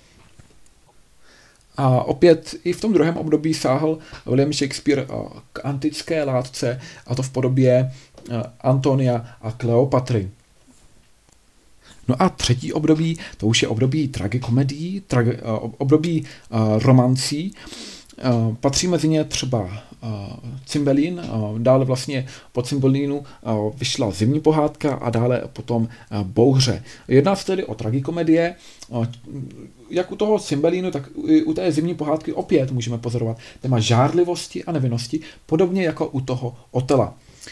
A opět i v tom druhém období sáhl William Shakespeare k antické látce, a to v podobě Antonia a Kleopatry. No a třetí období, to už je období tragikomedií, období romancí. Patří mezi ně třeba Cymbeline, dále vlastně po Cymbelineu vyšla Zimní pohádka a dále potom Bouře. Jedná se tedy o tragikomedie. Jak u toho Cymbelineu, tak i u té Zimní pohádky opět můžeme pozorovat téma žárlivosti a nevinnosti, podobně jako u toho Otela.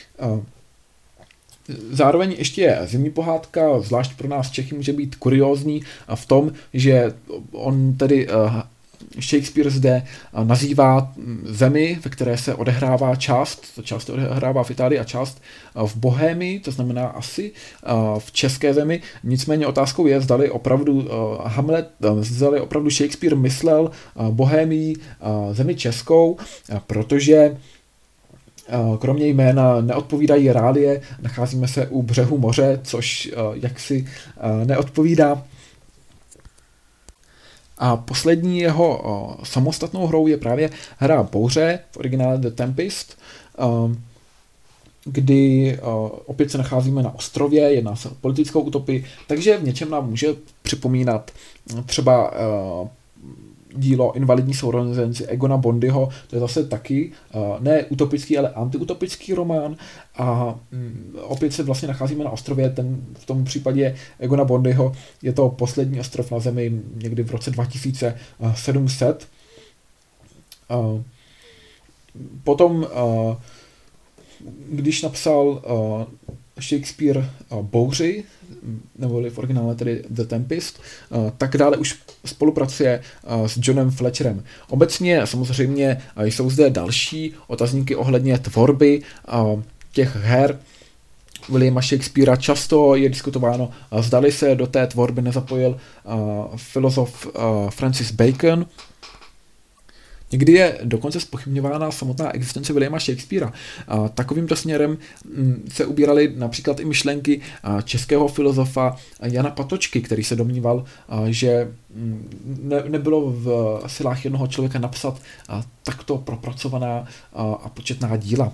Zároveň ještě Zimní pohádka, zvlášť pro nás Čechy, může být kuriózní v tom, že on tedy Shakespeare zde nazývá zemi, ve které se odehrává část se odehrává v Itálii a část v Bohémii, to znamená asi v české zemi. Nicméně otázkou je, zdali opravdu opravdu Shakespeare myslel Bohémii zemi českou, protože Kromě jména neodpovídají reálie, nacházíme se u břehu moře, což jaksi neodpovídá. A poslední jeho samostatnou hrou je právě hra Bouře, v originále The Tempest, kdy opět se nacházíme na ostrově, jedná se o politickou utopii, takže v něčem nám může připomínat třeba dílo Invalidní sourozenci Egona Bondyho, to je zase taky ne utopický, ale antiutopický román a opět se vlastně nacházíme na ostrově, v tom případě Egona Bondyho je to poslední ostrov na Zemi někdy v roce 2700. Potom, když napsal Shakespeare Bouři, nebo v originále tedy The Tempest, tak dále už spolupracuje s Johnem Fletcherem. Obecně samozřejmě jsou zde další otazníky ohledně tvorby těch her Williama Shakespearea. Často je diskutováno, zdali se do té tvorby nezapojil filozof Francis Bacon. Někdy je dokonce zpochybňována samotná existence Williama Shakespearea. Takovýmto směrem se ubíraly například i myšlenky českého filozofa Jana Patočky, který se domníval, že nebylo v silách jednoho člověka napsat takto propracovaná a početná díla.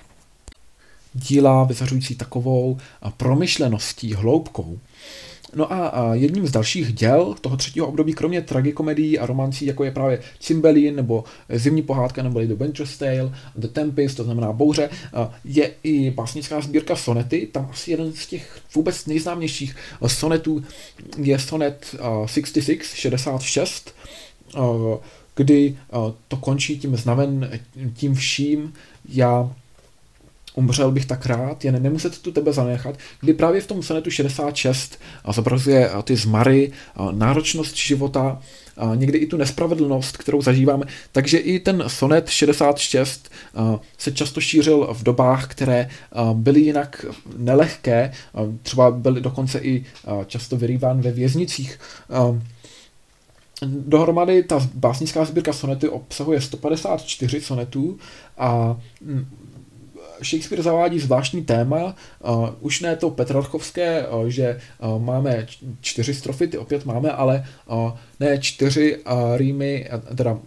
Díla vyzařující takovou promyšleností, hloubkou. No a jedním z dalších děl toho třetího období, kromě tragikomedií a romancí, jako je právě Cymbeline nebo Zimní pohádka nebo The Winter's Tale, The Tempest, to znamená Bouře, je i básnická sbírka sonety. Tam asi jeden z těch vůbec nejznámějších sonetů je sonet 66, kdy to končí tím vším, já umřel bych tak rád, jen nemuset tu tebe zanechat, kdy právě v tom sonetu 66 zobrazuje ty zmary, náročnost života, někdy i tu nespravedlnost, kterou zažíváme. Takže i ten sonet 66 se často šířil v dobách, které byly jinak nelehké, třeba byly dokonce i často vyrýván ve věznicích. Dohromady ta básnická sbírka sonety obsahuje 154 sonetů a Shakespeare zavádí zvláštní téma, už ne to petrarchovské, že máme 4 strofy, ty opět máme, ale ne 4 rýmy, teda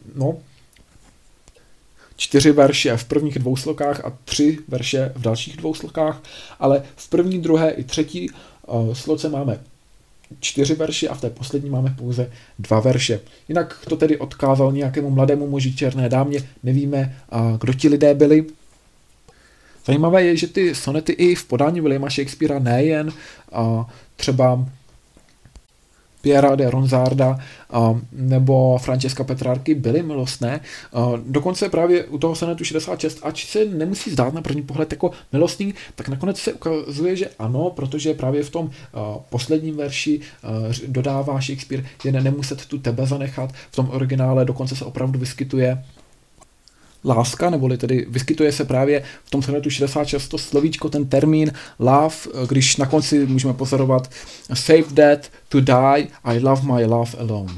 4 verše v prvních 2 slokách a 3 verše v dalších 2 slokách, ale v první, druhé i třetí sloce máme 4 verše a v té poslední máme pouze 2 verše. Jinak to tedy odkázal nějakému mladému muži černé dámě, nevíme, kdo ti lidé byli. Zajímavé je, že ty sonety i v podání Williama Shakespearea nejen třeba Piera de Ronsarda nebo Francesca Petrarky byly milostné. Dokonce právě u toho sonetu 66, ač se nemusí zdát na první pohled jako milostný, tak nakonec se ukazuje, že ano, protože právě v tom posledním verši dodává Shakespeare, jen nemuset tu tebe zanechat. V tom originále dokonce se opravdu vyskytuje láska, neboli tedy vyskytuje se právě v tom sonetu 66 to slovíčko, ten termín love, když na konci můžeme pozorovat save that to die, I love my love alone.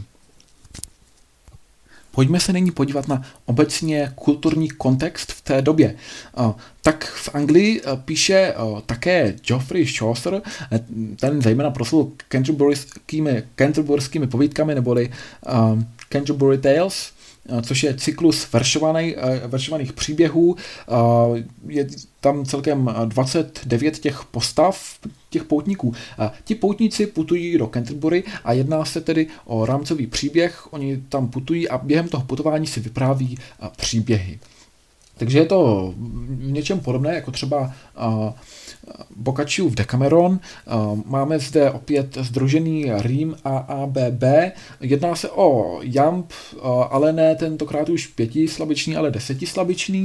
Pojďme se nyní podívat na obecně kulturní kontext v té době. Tak v Anglii píše také Geoffrey Chaucer, ten zejména proslul canterburyskými povídkami, neboli Canterbury Tales, což je cyklus veršovaných příběhů. Je tam celkem 29 těch postav, těch poutníků. Ti poutníci putují do Canterbury a jedná se tedy o rámcový příběh. Oni tam putují a během toho putování si vypráví příběhy. Takže je to v něčem podobné, jako třeba Boccaciův Decameron. Máme zde opět sdružený rým AABB. Jedná se o jamb, ale ne tentokrát už 5slabičný, ale 10slabičný.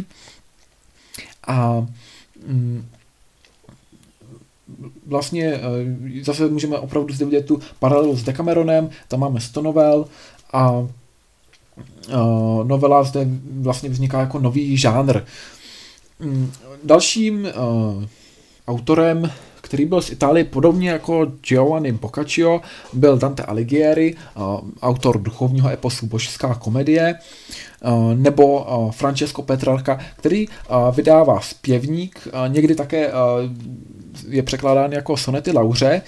A vlastně zase můžeme opravdu zde vidět tu paralelu s Decameronem. Tam máme 100 novel a novela zde vlastně vzniká jako nový žánr. Dalším autorem který byl z Itálie, podobně jako Giovanni Boccaccio, byl Dante Alighieri, autor duchovního eposu Božská komedie, nebo Francesco Petrarca, který vydává zpěvník, někdy také je překládán jako sonety Lauře,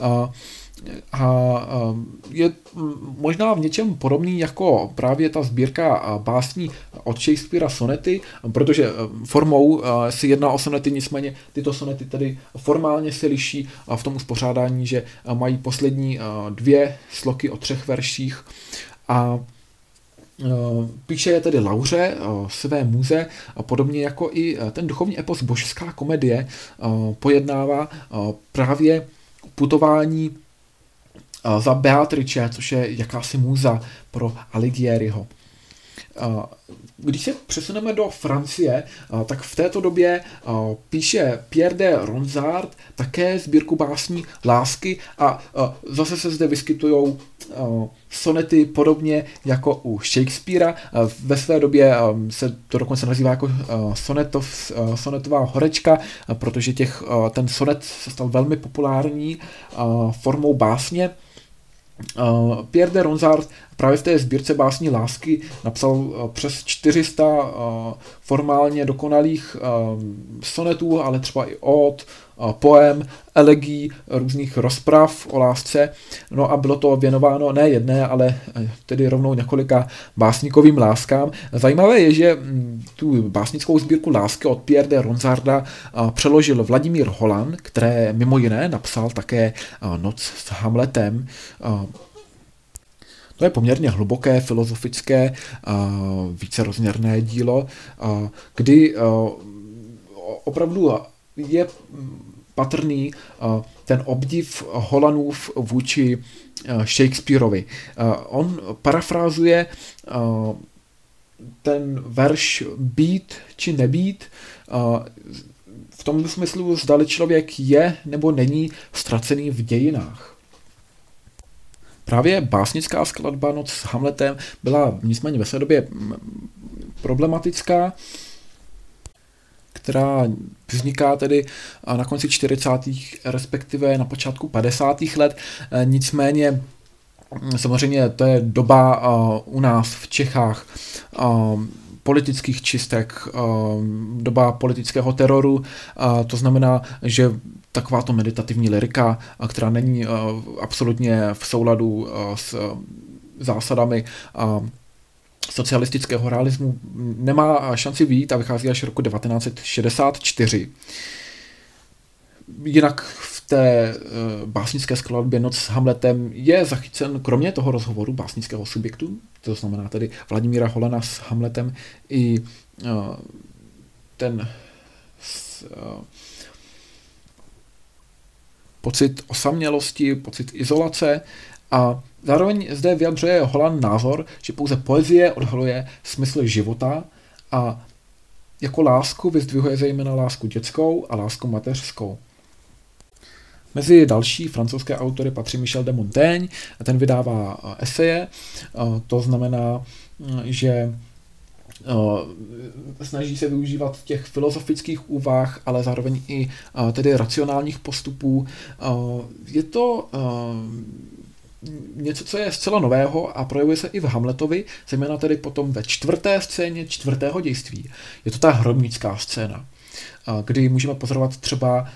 a je možná v něčem podobný jako právě ta sbírka básní od Shakespearea sonety, protože formou se jedná o sonety, nicméně tyto sonety tedy formálně se liší v tom uspořádání, že mají poslední 2 sloky o 3 verších a píše je tedy Lauře, své muze, podobně jako i ten duchovní epos Božská komedie pojednává právě putování za Beatrice, což je jakási můza pro Alighieriho. Když se přesuneme do Francie, tak v této době píše Pierre de Ronsard také sbírku básní Lásky a zase se zde vyskytují sonety podobně jako u Shakespearea. Ve své době se to dokonce nazývá jako sonetová horečka, protože ten sonet se stal velmi populární formou básně. Pierre de Ronsard právě v té sbírce básní Lásky napsal přes 400 formálně dokonalých sonetů, ale třeba i od, poem, elegí, různých rozprav o lásce. No a bylo to věnováno ne jedné, ale tedy rovnou několika básníkovým láskám. Zajímavé je, že tu básnickou sbírku Lásky od Pierre de Ronsarda přeložil Vladimír Holan, které mimo jiné napsal také Noc s Hamletem. To je poměrně hluboké, filozofické, vícerozměrné dílo, kdy opravdu je patrný ten obdiv Holanův vůči Shakespeareovi. On parafrázuje ten verš být či nebýt v tom smyslu, zdali člověk je nebo není ztracený v dějinách. Právě básnická skladba Noc s Hamletem byla nicméně ve své době problematická, která vzniká tedy na konci 40. respektive na počátku 50. let. Nicméně samozřejmě to je doba u nás v Čechách politických čistek, doba politického teroru, to znamená, že takováto meditativní lyrika, která není absolutně v souladu s zásadami socialistického realismu, nemá šanci vyjít a vychází až roku 1964. Jinak v té básnické skladbě Noc s Hamletem je zachycen kromě toho rozhovoru básnického subjektu, to znamená tedy Vladimíra Holana s Hamletem, i ten pocit osamělosti, pocit izolace a zároveň zde vyjadřuje Holan názor, že pouze poezie odhaluje smysl života a jako lásku vyzdvihuje zejména lásku dětskou a lásku mateřskou. Mezi další francouzské autory patří Michel de Montaigne, ten vydává eseje, to znamená, že snaží se využívat těch filozofických úvah, ale zároveň i tedy racionálních postupů. Je to něco, co je zcela nového a projevuje se i v Hamletovi, zejména tedy potom ve 4. scéně 4. dějství. Je to ta hrobnická scéna, kdy můžeme pozorovat třeba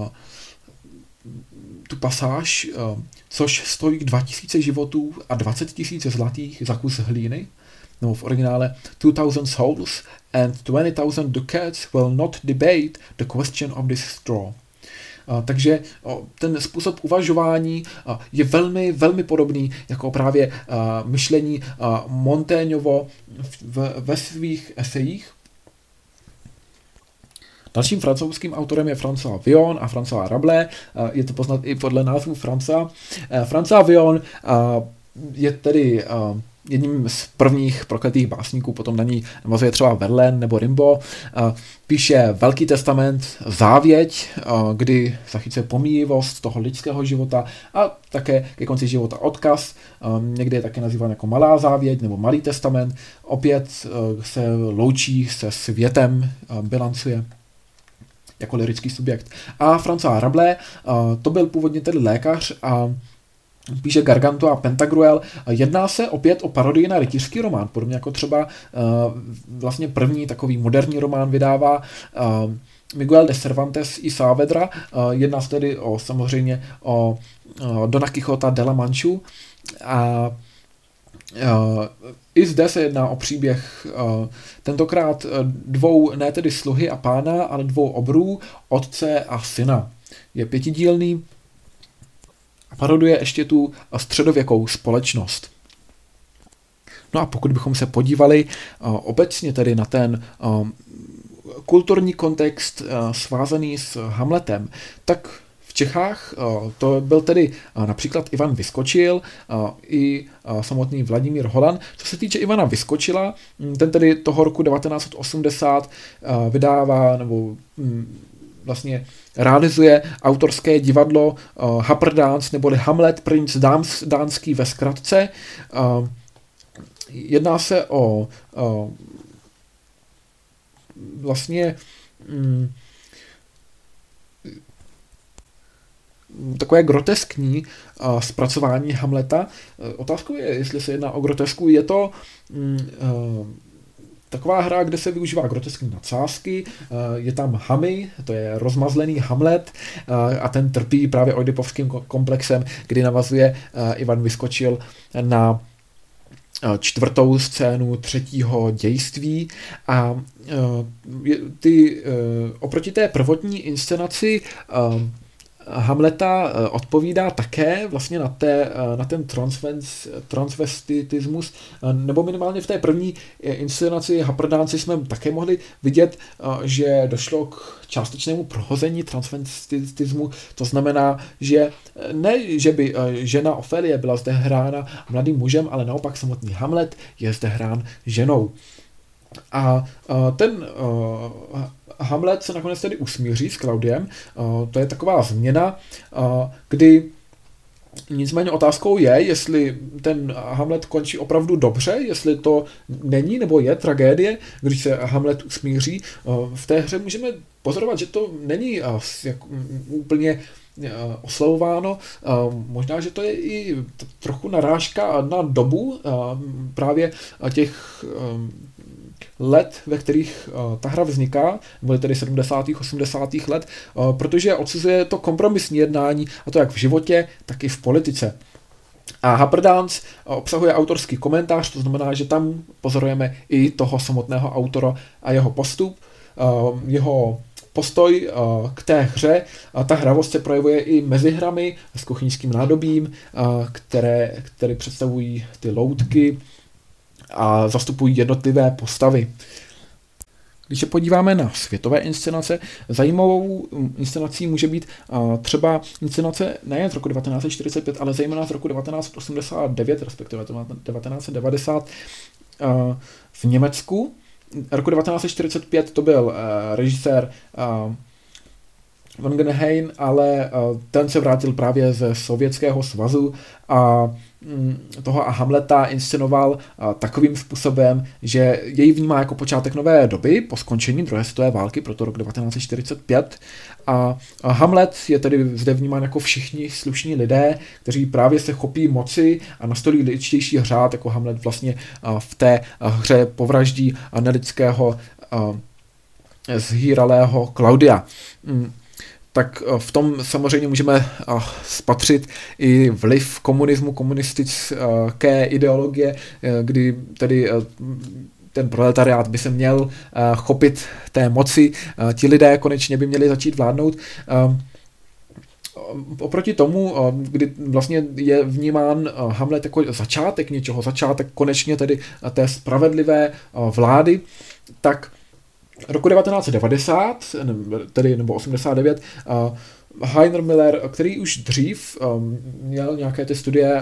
tu pasáž, což stojí 2000 životů a 20 000 zlatých za kus hlíny, nebo v originále 2000 souls and 20,000 ducats will not debate the question of this straw. Takže ten způsob uvažování je velmi, velmi podobný jako právě myšlení Montaigneovo ve svých esejích. Dalším francouzským autorem je François Villon a François Rabelais. Je to poznat i podle názvu François. François Villon je tedy jedním z prvních prokletých básníků, potom na ní navazuje třeba Verlaine nebo Rimbaud. Píše Velký testament, závěť, kdy zachycuje pomíjivost toho lidského života a také ke konci života odkaz. Někdy je také nazýván jako Malá závěť nebo Malý testament. Opět se loučí se světem, bilancuje. jako lyrický subjekt. A François Rabelais, to byl původně tedy lékař a píše Gargantua a Pantagruel. Jedná se opět o parodii na rytířský román, podobně jako třeba vlastně první takový moderní román vydává Miguel de Cervantes y Saavedra. Jedná se tedy samozřejmě o Dona Quixota de la Manchu a i zde se jedná o příběh tentokrát dvou, ne tedy sluhy a pána, ale dvou obrů, otce a syna. Je pětidílný a paroduje ještě tu středověkou společnost. No a pokud bychom se podívali obecně tedy na ten kulturní kontext svázaný s Hamletem, tak v Čechách to byl tedy například Ivan Vyskočil i samotný Vladimír Holan. Co se týče Ivana Vyskočila, ten tedy toho roku 1980 vydává nebo vlastně realizuje autorské divadlo Happerdance neboli Hamlet, princ dánský ve zkratce. Jedná se o vlastně takové groteskní zpracování Hamleta. Otázkou je, jestli se jedná o grotesku. Je to taková hra, kde se využívá groteskní nadsázky, je tam Hamy, to je rozmazlený Hamlet a ten trpí právě oidipovským komplexem, kdy navazuje Ivan Vyskočil na čtvrtou scénu třetího dějství a oproti té prvotní inscenaci Hamleta odpovídá také vlastně na ten transvestitismus, nebo minimálně v té první inscenaci Happerdance jsme také mohli vidět, že došlo k částečnému prohození transvestitismu, to znamená, že ne, že by žena Ofélie byla zde hrána mladým mužem, ale naopak samotný Hamlet je zde hrán ženou. A ten Hamlet se nakonec tedy usmíří s Klaudiem. To je taková změna, kdy nicméně otázkou je, jestli ten Hamlet končí opravdu dobře, jestli to není nebo je tragédie, když se Hamlet usmíří. V té hře můžeme pozorovat, že to není úplně oslavováno. Možná, že to je i trochu narážka na dobu právě těch let, ve kterých ta hra vzniká, nebo tedy 70. 80. let, protože odsuzuje to kompromisní jednání, a to jak v životě, tak i v politice. A Happerdance obsahuje autorský komentář, to znamená, že tam pozorujeme i toho samotného autora a jeho postup, jeho postoj k té hře. Ta hravost se projevuje i mezi hrami s kuchyňským nádobím, které představují ty loutky a zastupují jednotlivé postavy. Když se podíváme na světové inscenace, zajímavou inscenací může být třeba inscenace nejen z roku 1945, ale zejména z roku 1989, respektive 1990 v Německu. Roku 1945 to byl režisér Wangenheim, ale ten se vrátil právě ze Sovětského svazu a toho a Hamleta inscenoval takovým způsobem, že jej vnímá jako počátek nové doby po skončení druhé světové války, proto rok 1945. A Hamlet je tedy zde vnímán jako všichni slušní lidé, kteří právě se chopí moci a nastolí ličtější řád, jako Hamlet vlastně v té hře povraždí nelidského zhýralého Klaudia. Tak v tom samozřejmě můžeme spatřit i vliv komunismu, komunistické ideologie, kdy tedy ten proletariát by se měl chopit té moci, ti lidé konečně by měli začít vládnout. Oproti tomu, kdy vlastně je vnímán Hamlet jako začátek něčeho, začátek konečně tedy té spravedlivé vlády, tak roku 1990, nebo 89, Heiner Miller, který už dřív měl nějaké ty studie,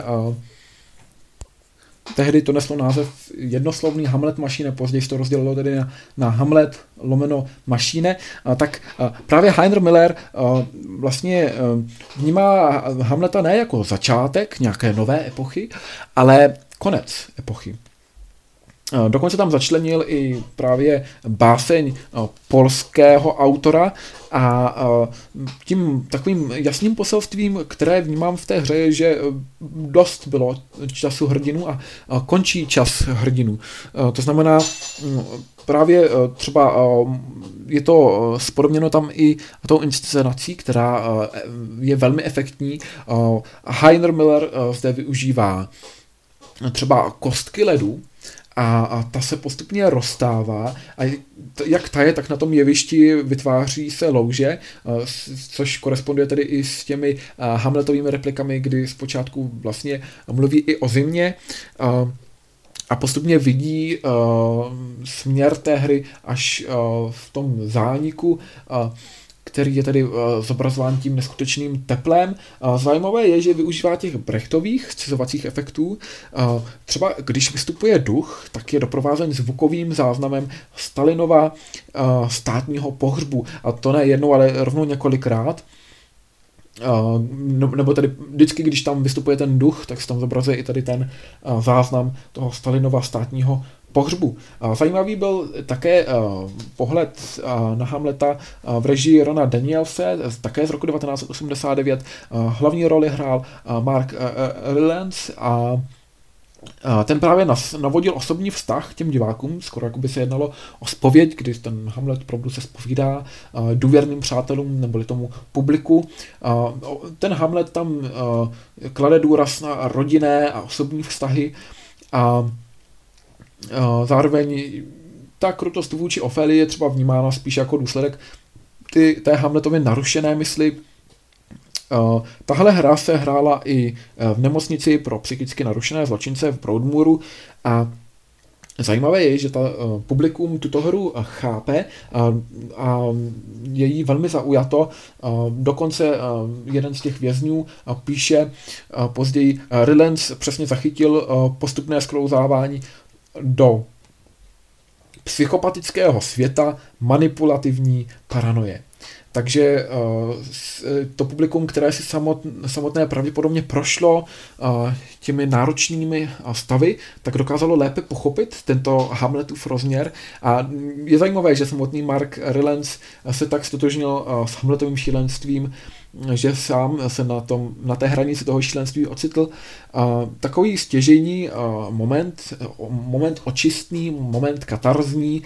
tehdy to neslo název jednoslovný Hamlet Maschine, později se to rozdělilo tedy na Hamlet lomeno Maschine, tak právě Heiner Miller vlastně vnímá Hamleta ne jako začátek nějaké nové epochy, ale konec epochy. Dokonce tam začlenil i právě báseň polského autora a tím takovým jasným poselstvím, které vnímám v té hře, je, že dost bylo času hrdinů a končí čas hrdinů. To znamená, právě třeba je to spodobněno tam i tou inscenací, která je velmi efektní. Heiner Miller zde využívá třeba kostky ledu, a ta se postupně roztává a jak taje, tak na tom jevišti vytváří se louže, což koresponduje tedy i s těmi Hamletovými replikami, kdy zpočátku vlastně mluví i o zimě a postupně vidí směr té hry až v tom zániku, který je tedy zobrazován tím neskutečným teplem. Zajímavé je, že využívá těch Brechtových scizovacích efektů. Třeba když vystupuje duch, tak je doprovázen zvukovým záznamem Stalinova státního pohřbu. A to ne jednou, ale rovnou několikrát. Nebo tady vždycky, když tam vystupuje ten duch, tak se tam zobrazuje i tady ten záznam toho Stalinova státního pohřbu. Zajímavý byl také pohled na Hamleta v režii Rona Danielse, také z roku 1989. Hlavní roli hrál Mark Rylance a ten právě navodil osobní vztah k těm divákům, skoro jako by se jednalo o zpověď, kdy ten Hamlet opravdu se zpovídá důvěrným přátelům neboli tomu publiku. Ten Hamlet tam klade důraz na rodinné a osobní vztahy a zároveň ta krutost vůči Ofélii je třeba vnímána spíš jako důsledek té Hamletově narušené mysli. Tahle hra se hrála i v nemocnici pro psychicky narušené zločince v Broadmooru a zajímavé je, že ta publikum tuto hru chápe a je jí velmi zaujato. Dokonce jeden z těch vězňů píše později, Rylance přesně zachytil postupné sklouzávání do psychopatického světa manipulativní paranoje. Takže to publikum, které si samotné pravděpodobně prošlo těmi náročnými stavy, tak dokázalo lépe pochopit tento Hamletův rozměr. A je zajímavé, že samotný Mark Rylance se tak stotožnil s Hamletovým šílenstvím, že sám se na té hranici toho šílenství ocitl. Takový stěžejní moment očistný, moment katarzní,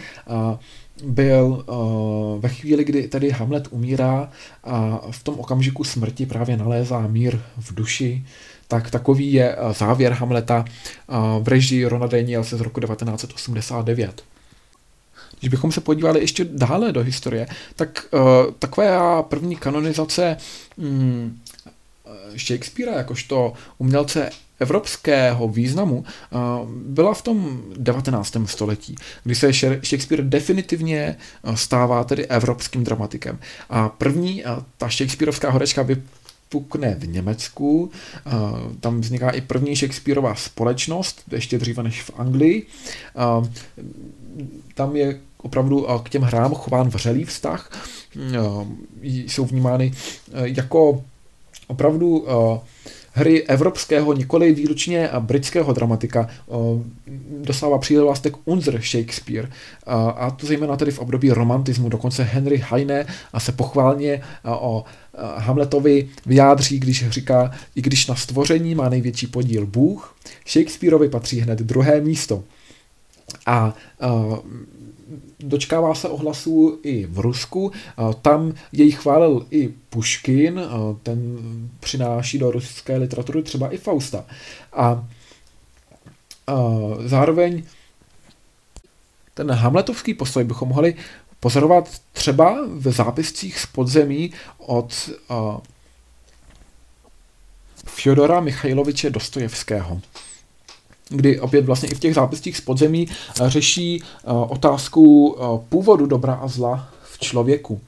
byl ve chvíli, kdy tady Hamlet umírá a v tom okamžiku smrti právě nalézá mír v duši, tak takový je závěr Hamleta v režii Rona Danielse z roku 1989. Když bychom se podívali ještě dále do historie, tak taková první kanonizace Shakespearea jakožto umělce evropského významu byla v tom 19. století, kdy se Shakespeare definitivně stává tedy evropským dramatikem. A první, ta Shakespearovská horečka vypukne v Německu, tam vzniká i první Shakespearova společnost, ještě dříve než v Anglii. Tam je opravdu k těm hrám chován vřelý vztah, jsou vnímány jako opravdu hry evropského, nikoli výlučně britského dramatika, dostává přívlastek Unser Shakespeare, a to zejména tedy v období romantismu. Dokonce Henry Heine se pochválně o Hamletovi vyjádří, když říká, i když na stvoření má největší podíl Bůh, Shakespeareovi patří hned druhé místo. A dočkává se ohlasů i v Rusku, tam jej chválil i Puškin, ten přináší do ruské literatury třeba i Fausta. A zároveň ten hamletovský postoj bychom mohli pozorovat třeba v zápiscích z podzemí od Fjodora Michajloviče Dostojevského, kdy opět vlastně i v těch zápiscích z podzemí řeší otázku původu dobra a zla v člověku.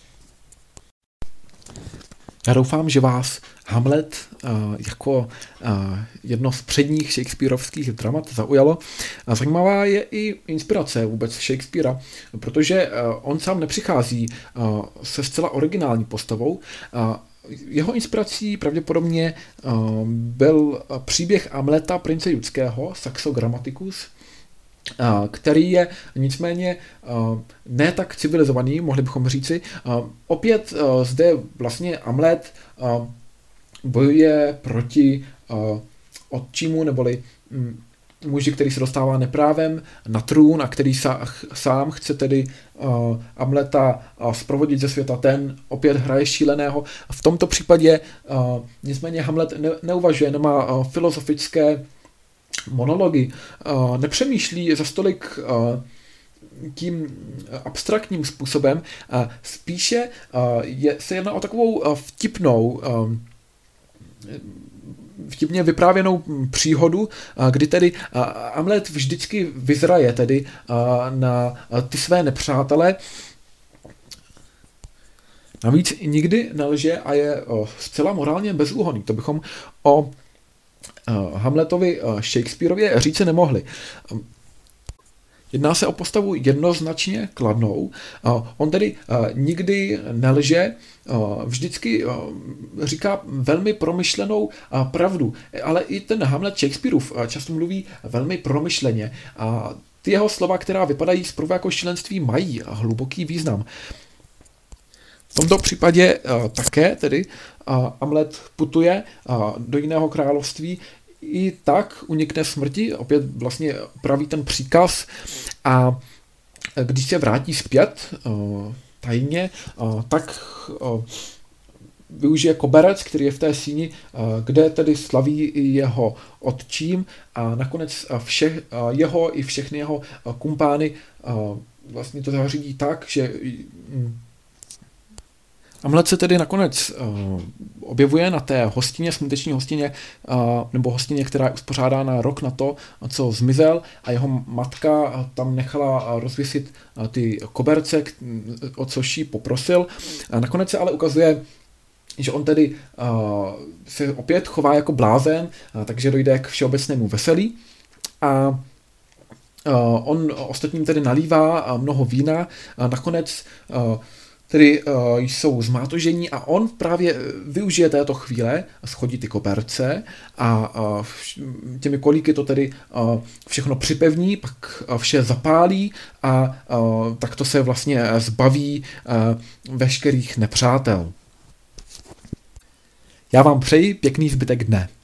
Já doufám, že vás Hamlet jako jedno z předních shakespearovských dramat zaujalo. Zajímavá je i inspirace vůbec Shakespearea, protože on sám nepřichází se zcela originální postavou. Jeho inspirací pravděpodobně byl příběh Amleta prince Judského, Saxo Grammaticus, který je nicméně ne tak civilizovaný, mohli bychom říci. Opět zde vlastně Hamlet bojuje proti otčímu, neboli muži, který se dostává neprávem na trůn a který sám chce tedy Hamleta zprovodit ze světa, ten opět hraje šíleného. V tomto případě nicméně Hamlet neuvažuje, nemá filozofické monology, nepřemýšlí za stolik tím abstraktním způsobem, spíše se jedná o takovou vtipně vyprávěnou příhodu, kdy tedy Hamlet vždycky vyzraje tedy na ty své nepřátele. Navíc nikdy nelže a je zcela morálně bezúhonný. To bychom o Hamletovi Shakespeareově říci nemohli. Jedná se o postavu jednoznačně kladnou. On tedy nikdy nelže, vždycky říká velmi promyšlenou pravdu. Ale i ten Hamlet Shakespeareův často mluví velmi promyšleně. A ty jeho slova, která vypadají zprvu jako šílenství, mají hluboký význam. V tomto případě také tedy Hamlet putuje do jiného království, i tak unikne smrti, opět vlastně praví ten příkaz a když se vrátí zpět tajně, tak využije koberec, který je v té síni, kde tedy slaví i jeho otčím a nakonec jeho i všechny jeho kumpány vlastně to zařídí tak, že Hamlet se tedy nakonec objevuje na té hostině, smuteční hostině, nebo hostině, která je uspořádána rok na to, co zmizel, a jeho matka tam nechala rozvěsit ty koberce, o což jí poprosil. Nakonec se ale ukazuje, že on tedy se opět chová jako blázen, takže dojde k všeobecnému veselí. A on ostatním tedy nalívá mnoho vína a nakonec tedy jsou zmátožení a on právě využije této chvíle, schodí ty koberce a těmi kolíky to tedy všechno připevní, pak vše zapálí a takto se vlastně zbaví veškerých nepřátel. Já vám přeji pěkný zbytek dne.